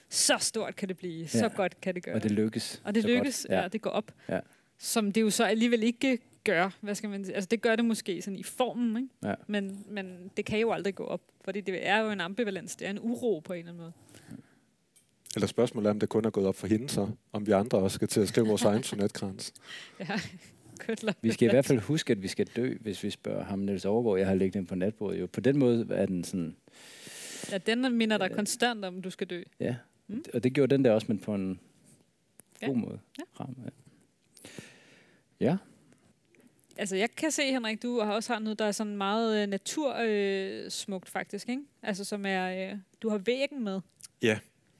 så stort kan det blive, så Ja. godt kan det gøre. Og det lykkes. Og det så lykkes, godt. ja, det går op. Ja. Som det jo så alligevel ikke gør. Hvad skal man sige? Altså det gør det måske sådan i formen, ikke? Ja. Men, men det kan jo aldrig gå op, fordi det er jo en ambivalens, det er en uro på en eller anden måde. Eller spørgsmålet er, om det kun er gået op for hende så, om vi andre også skal til at skrive vores egen sonetkrans. Ja, good luck. Vi skal i hvert fald huske, at vi skal dø, hvis vi spørger ham, Niels Overgaard. Jeg har liggende på natbordet. Jo, på den måde er den sådan... Ja, den minder dig konstant om, du skal dø. Ja, Mm. og det gjorde den der også, men på en Ja. god måde. Ja. Ram, ja. Ja. Altså, jeg kan se, Henrik, du har også har noget, der er sådan meget øh, natursmukt, øh, smukt, faktisk, ikke? Altså, som er... Øh, du har væggen med. Ja.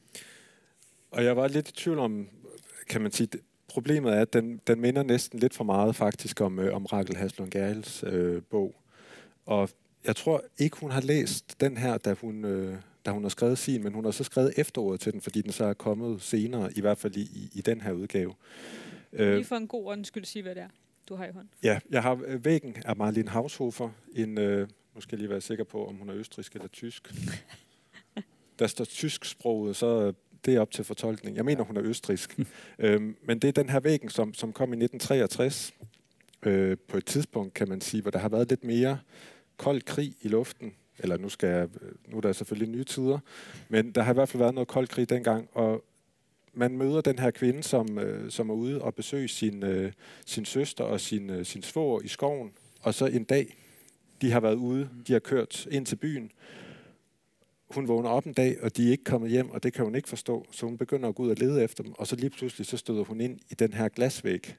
Og jeg var lidt i tvivl om, kan man sige, det, problemet er, at den, den minder næsten lidt for meget faktisk om, øh, om Rachel Haslund Gerhels øh, bog. Og jeg tror ikke, hun har læst den her, da hun, øh, da hun har skrevet sin, men hun har så skrevet efterordet til den, fordi den så er kommet senere, i hvert fald i, i, i den her udgave. Øh, Lige for en god ordens skyld sige, hvad det er, du har i hånden. Ja, jeg har øh, væggen af Marlene Haushofer. En, øh, nu skal jeg lige være sikker på, om hun er østrigsk eller tysk. Der står tysksproget, så øh, det er op til fortolkning. Jeg mener, hun er østrigsk. øhm, men det er den her væggen, som, som kom i nitten treogtres. Øh, på et tidspunkt, kan man sige, hvor der har været lidt mere kold krig i luften. Eller nu, skal jeg, nu er der selvfølgelig nye tider. Men der har i hvert fald været noget kold krig dengang. Og man møder den her kvinde, som, øh, som er ude og besøge sin, øh, sin søster og sin, øh, sin svoger i skoven. Og så en dag, de har været ude, de har kørt ind til byen. Hun vågner op en dag, og de er ikke kommet hjem, og det kan hun ikke forstå. Så hun begynder at gå ud og lede efter dem, og så lige pludselig så støder hun ind i den her glasvæg.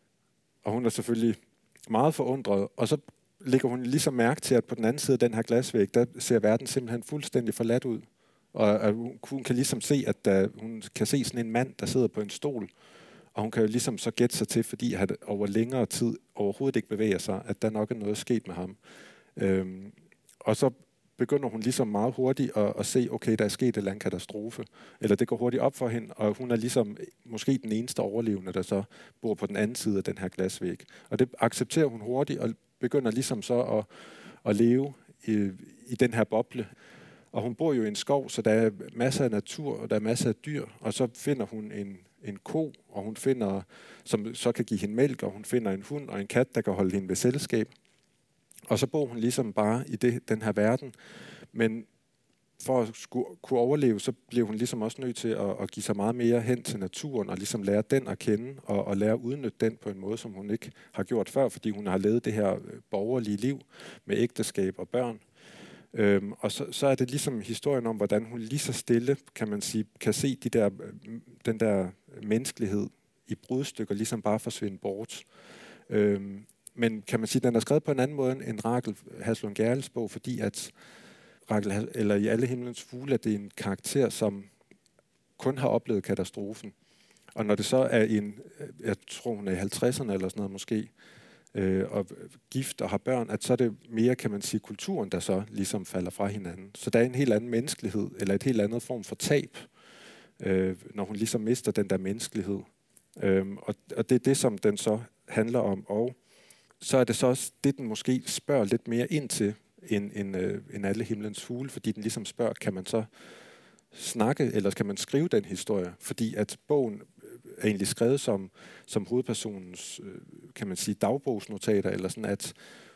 Og hun er selvfølgelig meget forundret, og så lægger hun ligesom mærke til, at på den anden side af den her glasvæg, der ser verden simpelthen fuldstændig forladt ud. Og at hun kan ligesom se, at der, hun kan se sådan en mand, der sidder på en stol, og hun kan jo ligesom så gætte sig til, fordi han over længere tid overhovedet ikke bevæger sig, at der nok er noget sket med ham. Øhm, og så begynder hun ligesom meget hurtigt at, at se, okay, der er sket en eller anden katastrofe. Eller det går hurtigt op for hende, og hun er ligesom måske den eneste overlevende, der så bor på den anden side af den her glasvæg. Og det accepterer hun hurtigt, og begynder ligesom så at, at leve i, i den her boble. Og hun bor jo i en skov, så der er masser af natur, og der er masser af dyr. Og så finder hun en, en ko, og hun finder, som så kan give hende mælk, og hun finder en hund og en kat, der kan holde hende ved selskab. Og så bor hun ligesom bare i det, den her verden. Men for at skulle, kunne overleve, så bliver hun ligesom også nødt til at, at give sig meget mere hen til naturen, og ligesom lære den at kende, og, og lære at udnytte den på en måde, som hun ikke har gjort før, fordi hun har levet det her borgerlige liv med ægteskab og børn. Øhm, og så, så er det ligesom historien om, hvordan hun lige så stille, kan man sige, kan se de der, den der menneskelighed i brudstykker ligesom bare forsvinde bort. Øhm, men kan man sige, den er skrevet på en anden måde end Rachel Haslund Gerhels bog, fordi at Rachel, eller i Alle himlens fugle, at det er en karakter, som kun har oplevet katastrofen. Og når det så er en, jeg tror hun er i halvtredserne eller sådan noget måske, øh, og gift og har børn, at så er det mere, kan man sige, kulturen, der så ligesom falder fra hinanden. Så der er en helt anden menneskelighed, eller et helt andet form for tab, øh, når hun ligesom mister den der menneskelighed. Øh, og, og det er det, som den så handler om. Og så er det så også det, den måske spørger lidt mere ind til, end, end, øh, end Alle himlens fugle, fordi den ligesom spørger, kan man så snakke, eller kan man skrive den historie? Fordi at bogen er egentlig skrevet som, som hovedpersonens, øh, kan man sige, dagbogsnotater, eller sådan at,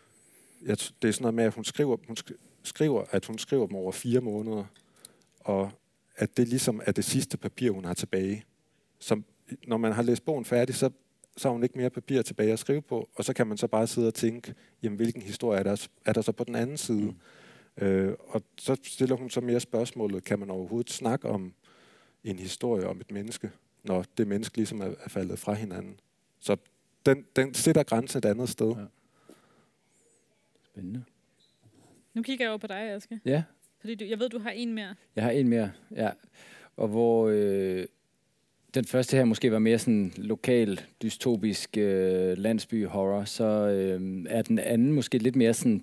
at det er sådan noget med, at hun skriver, hun skriver, at hun skriver dem over fire måneder, og at det ligesom er det sidste papir, hun har tilbage. Som, når man har læst bogen færdig, så så har hun ikke mere papir tilbage at skrive på, og så kan man så bare sidde og tænke, jamen hvilken historie er der, er der så på den anden side? Mm. Øh, og så stiller hun så mere spørgsmålet, kan man overhovedet snakke om en historie om et menneske, når det menneske ligesom er, er faldet fra hinanden? Så den, den sætter grænsen et andet sted. Ja. Spændende. Nu kigger jeg over på dig, Aske. Ja. Fordi du, jeg ved, du har en mere. Jeg har en mere, ja. Og hvor øh, den første her måske var mere sådan lokal, dystopisk øh, landsby-horror, så øh, er den anden måske lidt mere sådan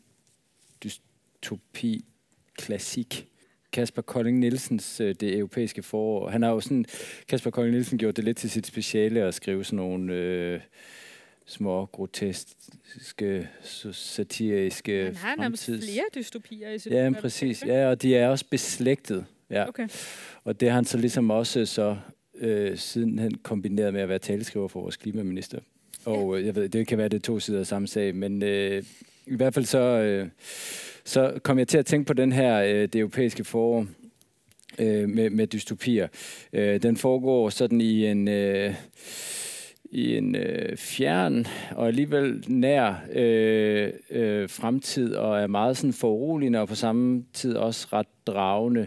dystopi-klassik. Kasper Colling Nielsens øh, Det europæiske forår. Han har jo sådan, Kasper Colling Nielsen gjort det lidt til sit speciale at skrive sådan nogle øh, små, groteske, satiriske Han har nærmest fremtids... flere dystopier i sit Ja, præcis. Ja, og de er også beslægtet. Ja. Okay. Og det har han så ligesom også så øh, sidenhen kombineret med at være taleskriver for vores klimaminister. Og øh, jeg ved, det kan være, det er to sider af samme sag, men øh, i hvert fald så, øh, så kom jeg til at tænke på den her, øh, det europæiske forår øh, med, med dystopier. Øh, den foregår sådan i en... Øh, i en øh, fjern og alligevel nær øh, øh, fremtid, og er meget sådan foruroligende, og på samme tid også ret dragende.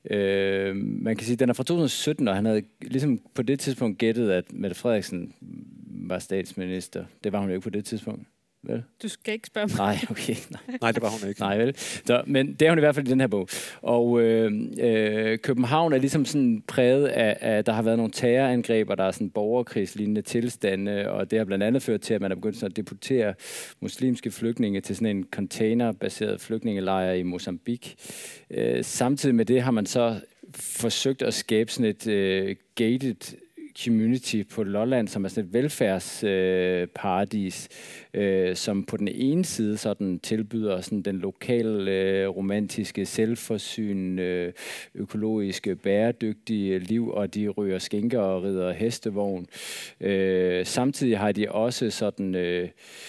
Øh, man kan sige, at den er fra to tusind og sytten, og han havde ligesom på det tidspunkt gættet, at Mette Frederiksen var statsminister. Det var hun jo ikke på det tidspunkt. Vel? Du skal ikke spørge mig. Nej, okay. Nej, Nej, det var hun ikke. Nej, vel. Så, men det er hun i hvert fald i den her bog. Og øh, øh, København er ligesom sådan præget af, at der har været nogle terrorangreb, og der er sådan borgerkrigslignende tilstande, og det har blandt andet ført til, at man er begyndt at deportere muslimske flygtninge til sådan en containerbaseret flygtningelejr i Mozambique. Øh, samtidig med det har man så forsøgt at skabe sådan et øh, gated community på Lolland, som er sådan et velfærdsparadis, øh, øh, som på den ene side sådan tilbyder sådan den lokale, øh, romantiske, selvforsynende, øh, økologiske, bæredygtige liv, og de ryger skinker og rider hestevogn. Øh, samtidig har de også sådan... Øh,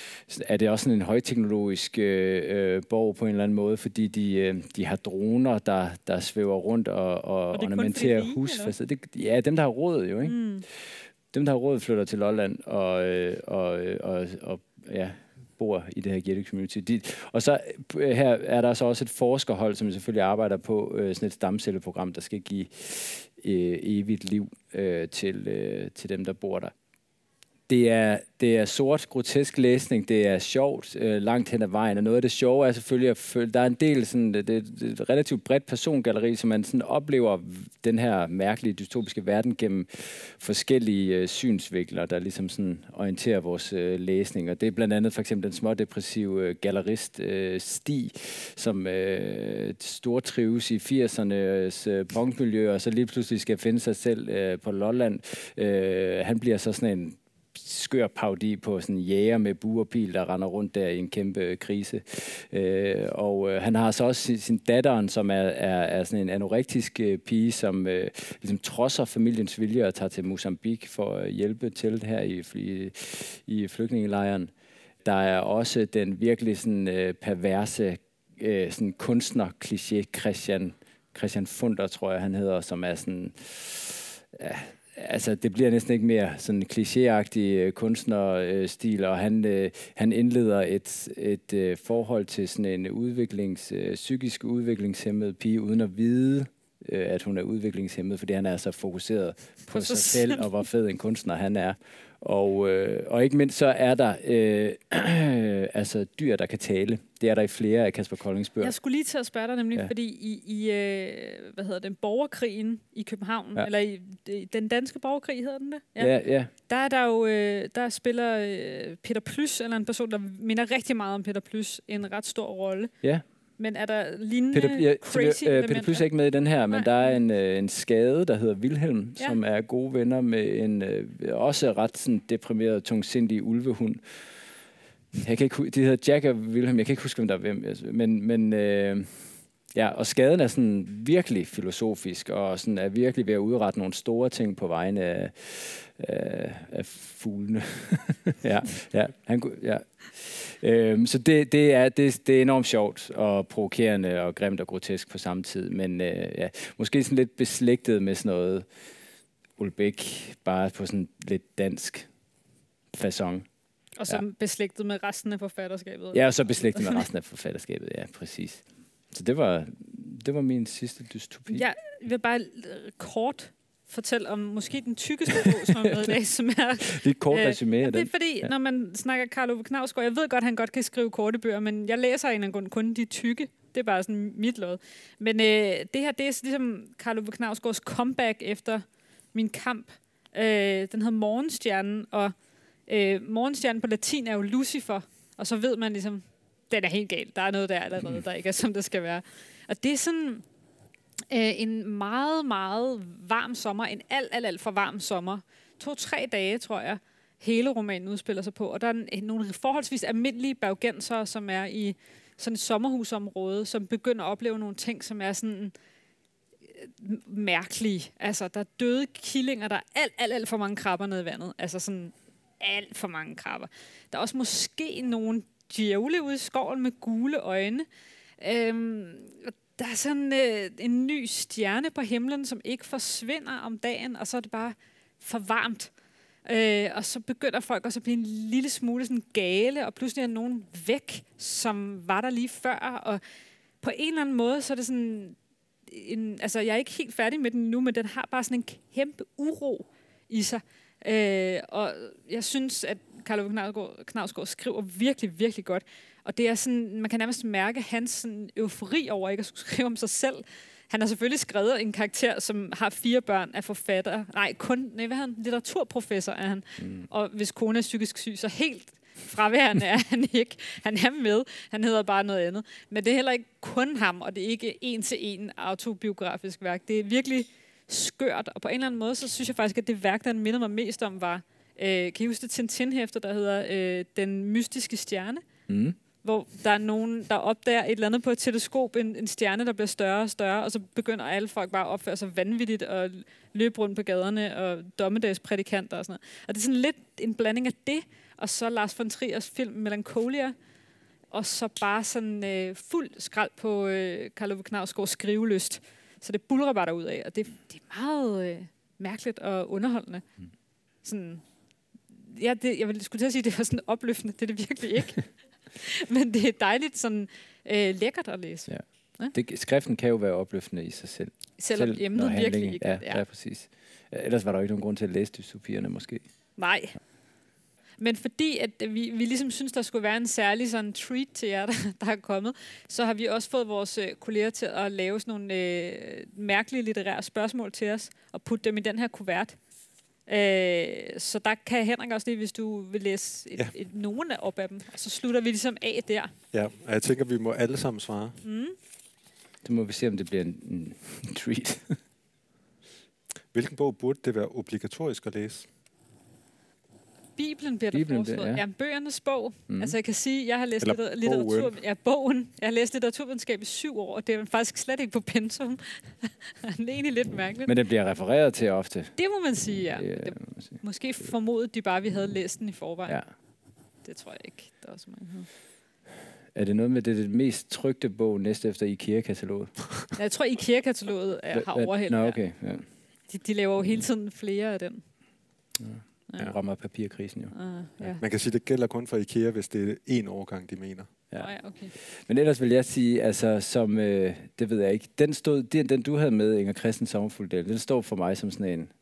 er det også sådan en højteknologisk øh, borg på en eller anden måde, fordi de, øh, de har droner, der, der svæver rundt og, og, og ornamenterer husfacader. Ja, dem, der har råd jo, ikke? Mm. Dem, der har råd, flytter til Lolland og, øh, og, og, og ja, bor i det her gated community. De, og så øh, her er der så også et forskerhold, som selvfølgelig arbejder på øh, sådan et stamcelleprogram, der skal give øh, evigt liv øh, til, øh, til dem, der bor der. Det er, det er sort, grotesk læsning, det er sjovt øh, langt hen ad vejen, og noget af det sjove er selvfølgelig, at føle, der er en del, sådan, det, det, det er et relativt bredt persongalleri, så man sådan oplever den her mærkelige dystopiske verden gennem forskellige øh, synsvinkler, der ligesom sådan orienterer vores øh, læsning, og det er blandt andet for eksempel den smådepressive øh, gallerist øh, Stig, som øh, stortrives i firsernes øh, punkmiljø, og så lige pludselig skal finde sig selv øh, på Lolland. Øh, han bliver så sådan en skør parodi på sådan en jæger med bue og pil, der render rundt der i en kæmpe krise. Øh, og øh, han har så også sin, sin datteren, som er, er, er sådan en anorektisk øh, pige, som øh, ligesom trodser familiens vilje og tager til Mozambique for at hjælpe til her i, i, i flygtningelejren. Der er også den virkelig sådan øh, perverse øh, sådan kunstner-kliché Christian, Christian Funder, tror jeg, han hedder, som er sådan... Ja, altså, det bliver næsten ikke mere sådan klichéagtig øh, kunstnerstil, og han, øh, han indleder et, et øh, forhold til sådan en udviklings, øh, psykisk udviklingshæmmet pige, uden at vide, øh, at hun er udviklingshæmmet, fordi han er så fokuseret på, på sig selv, og hvor fed en kunstner han er. Og, øh, og ikke mindst så er der øh, øh, altså dyr, der kan tale. Det er der i flere af Kasper Koldings bøger. Jeg skulle lige til at spørge dig nemlig, ja. fordi i, i øh, hvad hedder den, borgerkrigen i København, ja. eller i, i den danske borgerkrig hedder den det? Ja, ja. ja. Der er der jo, øh, der spiller øh, Peter Plys, eller en person, der minder rigtig meget om Peter Plys, en ret stor rolle. Ja. Men er der lignende Peter, ja, crazy øh, Peter Plys er ikke med i den her, men Nej. der er en, øh, en skade, der hedder Wilhelm, ja. som er gode venner med en øh, også ret sådan, deprimeret, tungsindig ulvehund. Jeg kan ikke, de hedder Jack og Wilhelm, jeg kan ikke huske, hvem der er hvem. Men, men øh, ja, og skaden er sådan virkelig filosofisk, og sådan er virkelig ved at udrette nogle store ting på vegne af, af, af fuglene. ja, ja, han, ja. Øhm, så det, det, er, det, det er enormt sjovt og provokerende og grimt og grotesk på samme tid, men øh, ja, måske sådan lidt beslægtet med sådan noget Ulbæk, bare på sådan lidt dansk facon. Og så ja. beslægtet med resten af forfatterskabet. Ja, og så beslægtet med resten af forfatterskabet, ja, præcis. Så det var, det var min sidste dystopi. Ja, jeg vil bare kort fortælle om måske den tykkeste bog, som er med i dag, som er... Lidt kort øh, resumé af den. Det er fordi, ja. når man snakker Karl Ove Knausgård, jeg ved godt, han godt kan skrive korte bøger, men jeg læser en af grunden kun de tykke. Det er bare sådan mit lod. Men øh, det her, det er ligesom Karl Ove Knausgårds comeback efter Min Kamp. Øh, den hedder Morgenstjernen, og øh, Morgenstjernen på latin er jo Lucifer, og så ved man ligesom, den er helt galt. Der er noget der allerede, der ikke er, som det skal være. Og det er sådan... Øh, en meget, meget varm sommer. En alt, alt, alt for varm sommer. To-tre dage, tror jeg, hele romanen udspiller sig på. Og der er en, nogle forholdsvis almindelige bergenser, som er i sådan et sommerhusområde, som begynder at opleve nogle ting, som er sådan mærkelige. Altså, der er døde killinger, der er alt, alt, alt for mange krabber nede i vandet. Altså sådan alt for mange krabber. Der er også måske nogle djævle ude i skoven med gule øjne. Øhm, der er sådan øh, en ny stjerne på himlen, som ikke forsvinder om dagen, og så er det bare for varmt. Øh, og så begynder folk også at blive en lille smule sådan gale, og pludselig er nogen væk, som var der lige før. Og på en eller anden måde, så er det sådan... En, altså, jeg er ikke helt færdig med den nu, men den har bare sådan en kæmpe uro i sig. Øh, og jeg synes, at Karl Ove Knausgård, Knausgård skriver virkelig, virkelig godt. Og det er sådan, man kan nærmest mærke hans sådan, eufori over ikke at skulle skrive om sig selv. Han har selvfølgelig skrevet en karakter, som har fire børn af forfatter. Nej, kun nej, hvad er han? Litteraturprofessor er han. Mm. Og hvis kone er psykisk syg, så helt fraværende er han ikke. Han er med. Han hedder bare noget andet. Men det er heller ikke kun ham, og det er ikke en til en autobiografisk værk. Det er virkelig skørt, og på en eller anden måde, så synes jeg faktisk, at det værk, der minder mig mest om, var, øh, kan I huske det Tintin-hæfte, der hedder øh, Den mystiske stjerne? Mm. Hvor der er nogen, der opdager et eller andet på et teleskop, en, en stjerne, der bliver større og større, og så begynder alle folk bare at opføre sig vanvittigt og løbe rundt på gaderne og dommedagsprædikanter og sådan noget. Og det er sådan lidt en blanding af det, og så Lars von Triers film Melancholia, og så bare sådan øh, fuld skrald på øh, Karl Ove Knausgårds skrivelyst. Så det buldrer bare derud af, og det, det er meget øh, mærkeligt og underholdende. Mm. Sådan, ja, det, jeg ville skulle til at sige, at det var sådan opløftende. Det er det virkelig ikke. Men det er dejligt sådan øh, lækkert at læse. Ja. Ja? Det, skriften kan jo være opløftende i sig selv. Selvom selv emnet virkelig handling, ikke. Ja, ja. ja, præcis. Ellers var der jo ikke nogen grund til at læse dystopierne måske. Nej. Men fordi at vi, vi ligesom synes, der skulle være en særlig sådan treat til jer, der, der er kommet, så har vi også fået vores øh, kolleger til at lave sådan nogle øh, mærkelige litterære spørgsmål til os, og putte dem i den her kuvert. Øh, så der kan Henrik også lige, hvis du vil læse et, ja. et, et, nogle op af dem, og så slutter vi ligesom af der. Ja, og jeg tænker, vi må alle sammen svare. Mm. Så må vi se, om det bliver en, en, en treat. Hvilken bog burde det være obligatorisk at læse? Bibelen bliver der Bibelen, foreslået. ja. ja, bøgernes bog. Mm. Altså jeg kan sige, jeg har læst Eller litteratur, bogen. ja, bogen. Jeg har læst litteraturvidenskab i syv år, og det er faktisk slet ikke på pensum. Det er egentlig lidt mærkeligt. Men det bliver refereret til ofte. Det må man sige, ja. Det, det, man sige. Måske formodede de bare, at vi havde læst den i forvejen. Ja. Det tror jeg ikke, der er så mange her. Er det noget med, det, det mest trykte bog næste efter IKEA-kataloget? Ja, jeg tror, IKEA-kataloget er, har overhældt. Nå, okay. Ja. De, de laver jo hele tiden flere af den. Ja. Ja. Det rammer papirkrisen jo. Uh, ja. Man kan sige, at det gælder kun for IKEA, hvis det er én årgang, de mener. Ja. Oh, ja, okay. Men ellers vil jeg sige, altså som, øh, det ved jeg ikke, den, stod, den, den du havde med, Inger Christen Sommerfugldal, den står for mig som sådan en,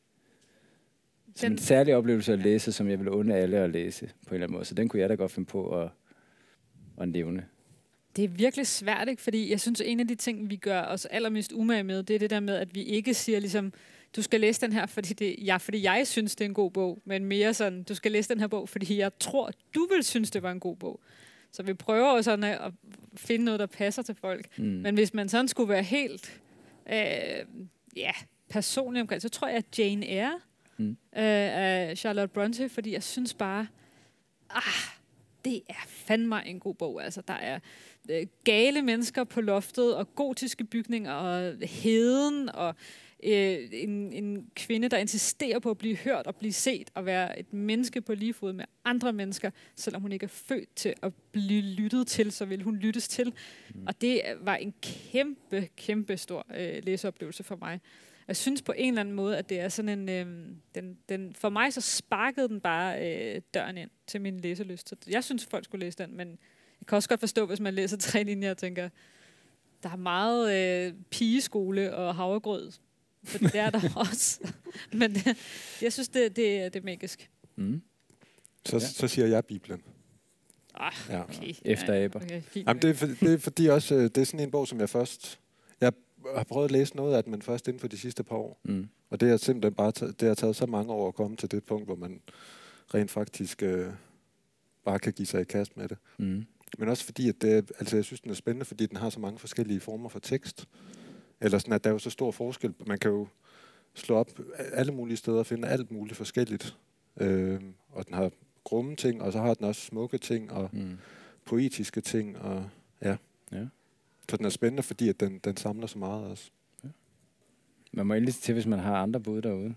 som den, en særlig oplevelse at læse, som jeg vil unde alle at læse på en eller anden måde. Så den kunne jeg da godt finde på at, at nævne. Det er virkelig svært, ikke? Fordi jeg synes, at en af de ting, vi gør os allermest umage med, det er det der med, at vi ikke siger ligesom, du skal læse den her, fordi, det, ja, fordi jeg synes, det er en god bog, men mere sådan, du skal læse den her bog, fordi jeg tror, du vil synes, det var en god bog. Så vi prøver jo sådan at finde noget, der passer til folk. Mm. Men hvis man sådan skulle være helt øh, ja, personlig omkring, så tror jeg, at Jane Eyre mm. øh, af Charlotte Brontë, fordi jeg synes bare, ah, det er fandme en god bog. Altså, der er øh, gale mennesker på loftet, og gotiske bygninger, og heden, og øh, en, en kvinde, der insisterer på at blive hørt og blive set, og være et menneske på lige fod med andre mennesker, selvom hun ikke er født til at blive lyttet til, så vil hun lyttes til. Mm. Og det var en kæmpe, kæmpe stor øh, læseoplevelse for mig. Jeg synes på en eller anden måde, at det er sådan en... Øh, den, den, for mig så sparkede den bare øh, døren ind til min læselyst. Så jeg synes, folk skulle læse den, men jeg kan også godt forstå, hvis man læser tre linjer og tænker, der er meget øh, pigeskole og havregrød. For det er der også. Men øh, jeg synes, det, det, det er magisk. Mm. Så, ja. så siger jeg Bibelen. Ah, okay. Efter aber. Okay, Jamen, det, er for, det er fordi også, det er sådan en bog, som jeg først... Jeg har prøvet at læse noget af den, men først inden for de sidste par år. Mm. Og det har simpelthen bare taget, det har taget så mange år at komme til det punkt, hvor man rent faktisk øh, bare kan give sig i kast med det. Mm. Men også fordi, at det, altså jeg synes, den er spændende, fordi den har så mange forskellige former for tekst. Eller sådan, at der er jo så stor forskel. Man kan jo slå op alle mulige steder og finde alt muligt forskelligt. Øh, og den har grumme ting, og så har den også smukke ting, og mm. poetiske ting, og ja. ja. Så den er spændende, fordi at den, den samler så meget også. Ja. Man må endelig til, hvis man har andre bud derude.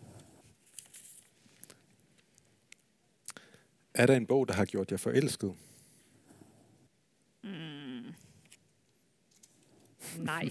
Er der en bog, der har gjort jer forelsket? Mm. Nej.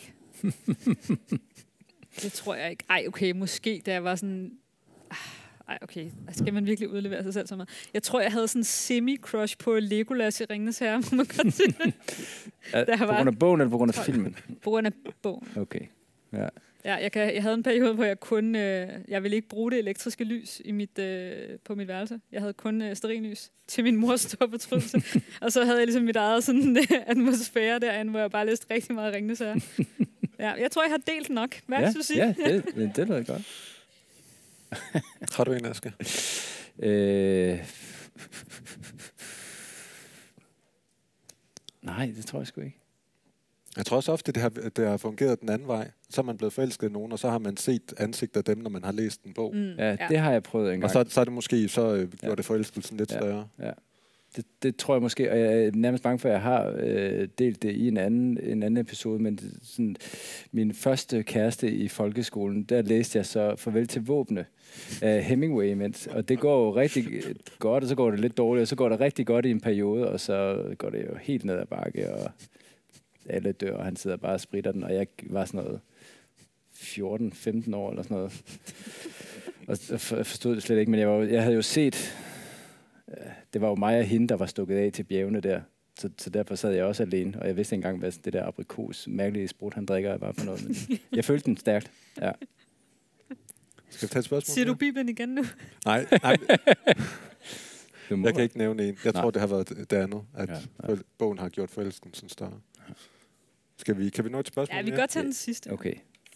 Det tror jeg ikke. Ej, okay, måske da jeg var sådan... Ej, okay. Skal man virkelig udlevere sig selv så meget? Jeg tror, jeg havde sådan en semi-crush på Legolas i Ringenes Herre, må man godt sige det. På grund af bogen eller på grund af filmen? På grund af bogen. Okay, ja. Ja, jeg, kan, jeg havde en periode, hvor jeg kun... Øh, jeg ville ikke bruge det elektriske lys i mit, øh, på mit værelse. Jeg havde kun øh, stearinlys til min mors store fortrydelse. Og så havde jeg ligesom mit eget sådan, øh, atmosfære derinde, hvor jeg bare læste rigtig meget Ringenes Herre. Ja, jeg tror, jeg har delt nok. Hvad ja, skal du sige? Ja, det, det, det lyder godt. Har du en, Aske? Øh... Nej, det tror jeg sgu ikke. Jeg tror også ofte, det har, det har fungeret den anden vej. Så er man blevet forelsket i nogen, og så har man set ansigt af dem, når man har læst en bog. Mm, ja, ja, det har jeg prøvet en gang. Og så, så er det måske, så øh, gjorde ja. det forelskelsen lidt ja. større. Ja. Det, det tror jeg måske, og jeg er nærmest bange for, at jeg har øh, delt det i en anden, en anden episode, men det, sådan, min første kæreste i folkeskolen, der læste jeg så Farvel til våbne af Hemingway imens, og det går jo rigtig godt, og så går det lidt dårligt, og så går det rigtig godt i en periode, og så går det jo helt ned ad bakke, og alle dør, og han sidder bare og spritter den, og jeg var sådan noget fjorten femten år eller sådan noget. Og jeg forstod det slet ikke, men jeg, var, jeg havde jo set... Det var jo mig og hende, der var stukket af til bjergene der. Så, så derfor sad jeg også alene, og jeg vidste ikke engang, hvad det der aprikos, mærkelige sprut, han drikker, var for noget. Men jeg følte den stærkt, ja. Skal vi tage et spørgsmål? Siger du Bibelen igen nu? Nej, nej. Jeg kan ikke nævne en. Jeg nej. tror, det har været det andet, at ja, ja. bogen har gjort forelskelsen større. Skal vi, kan vi nå et spørgsmål? Ja, vi kan godt tage den sidste. Okay.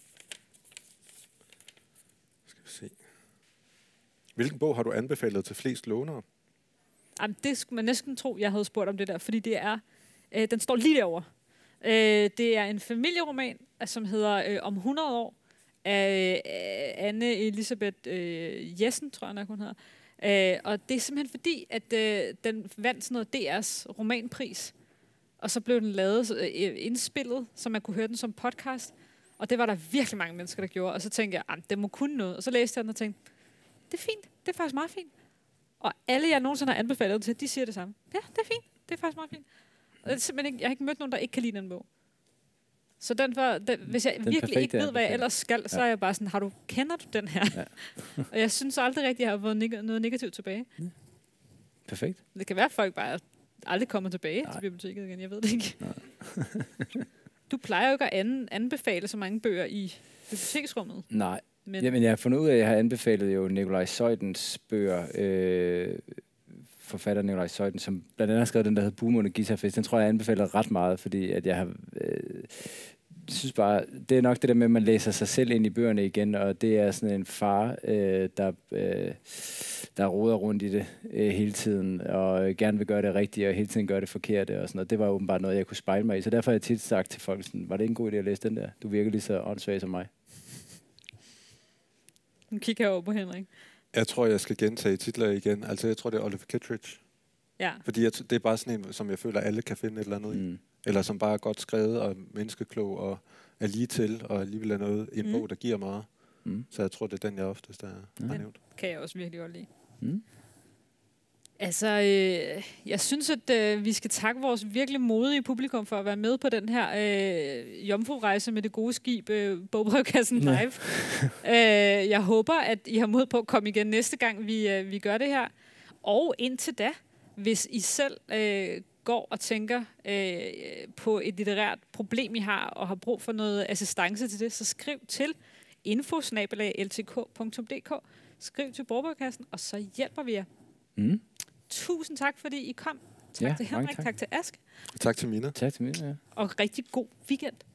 Skal vi se. Hvilken bog har du anbefalet til flest lånere? Jamen, det skulle man næsten tro, jeg havde spurgt om det der, fordi det er, øh, den står lige derovre. Øh, det er en familieroman, som hedder øh, Om hundrede år, af øh, Anne Elisabeth øh, Jessen, tror jeg nok, hun hedder. Øh, og det er simpelthen fordi, at øh, den vandt sådan noget D R's romanpris, og så blev den lavet øh, indspillet, så man kunne høre den som podcast, og det var der virkelig mange mennesker, der gjorde, og så tænkte jeg, det må kunne noget, og så læste jeg den og tænkte, det er fint, det er faktisk meget fint. Og alle, jeg nogensinde har anbefalet til, de siger det samme. Ja, det er fint. Det er faktisk meget fint. Og det er simpelthen ikke, jeg har ikke mødt nogen, der ikke kan lide den bog. Så den var, den, hvis jeg den virkelig ikke ved, hvad jeg ellers skal, så ja. er jeg bare sådan, har du, kender du den her? Ja. Og jeg synes aldrig rigtigt, jeg har fået neg- noget negativt tilbage. Ja. Perfekt. Det kan være, at folk bare aldrig kommer tilbage Nej. til biblioteket igen. Jeg ved det ikke. Du plejer jo ikke at an- anbefale så mange bøger i biblioteksrummet. Nej. Men Jamen, jeg har fundet ud af, at jeg har anbefalet jo Nikolaj Zeutens bøger, øh, forfatter Nikolaj Zeuthen, som blandt andet har skrevet den, der hedder Boom under Guitarfest. Den tror jeg, jeg anbefaler ret meget, fordi at jeg har... Øh, synes bare, det er nok det der med, at man læser sig selv ind i bøgerne igen, og det er sådan en far, øh, der, øh, der roder rundt i det øh, hele tiden, og gerne vil gøre det rigtigt, og hele tiden gøre det forkerte, og sådan noget. Det var åbenbart noget, jeg kunne spejle mig i. Så derfor har jeg tit sagt til folk sådan, var det ikke en god idé at læse den der? Du virker lige så åndssvag som mig. Nu kigger jeg over på Henrik. Jeg tror, jeg skal gentage titler igen. Altså, jeg tror, det er Oliver Kittredge. Ja. Fordi jeg, det er bare sådan en, som jeg føler, alle kan finde et eller andet mm. i. Eller som bare er godt skrevet og menneskeklog og er lige til, og alligevel er noget i en mm. bog, der giver meget. Mm. Så jeg tror, det er den, jeg oftest er, ja. har nævnt. Kan jeg også virkelig godt lide. Mm. Altså, øh, jeg synes, at øh, vi skal takke vores virkelig modige publikum for at være med på den her øh, jomfrurejse med det gode skib, øh, Bogbrevkassen Live. Ja. øh, jeg håber, at I har mod på at komme igen næste gang, vi, øh, vi gør det her. Og indtil da, hvis I selv øh, går og tænker øh, på et litterært problem, I har, og har brug for noget assistance til det, så skriv til info snabel-a l t k punktum d k. Skriv til Bogbrevkassen, og så hjælper vi jer. Mm. Tusind tak, fordi I kom. Tak ja, til Henrik, tak. tak til Aske. Tak til Mina. Tak til Mina, ja. Og rigtig god weekend.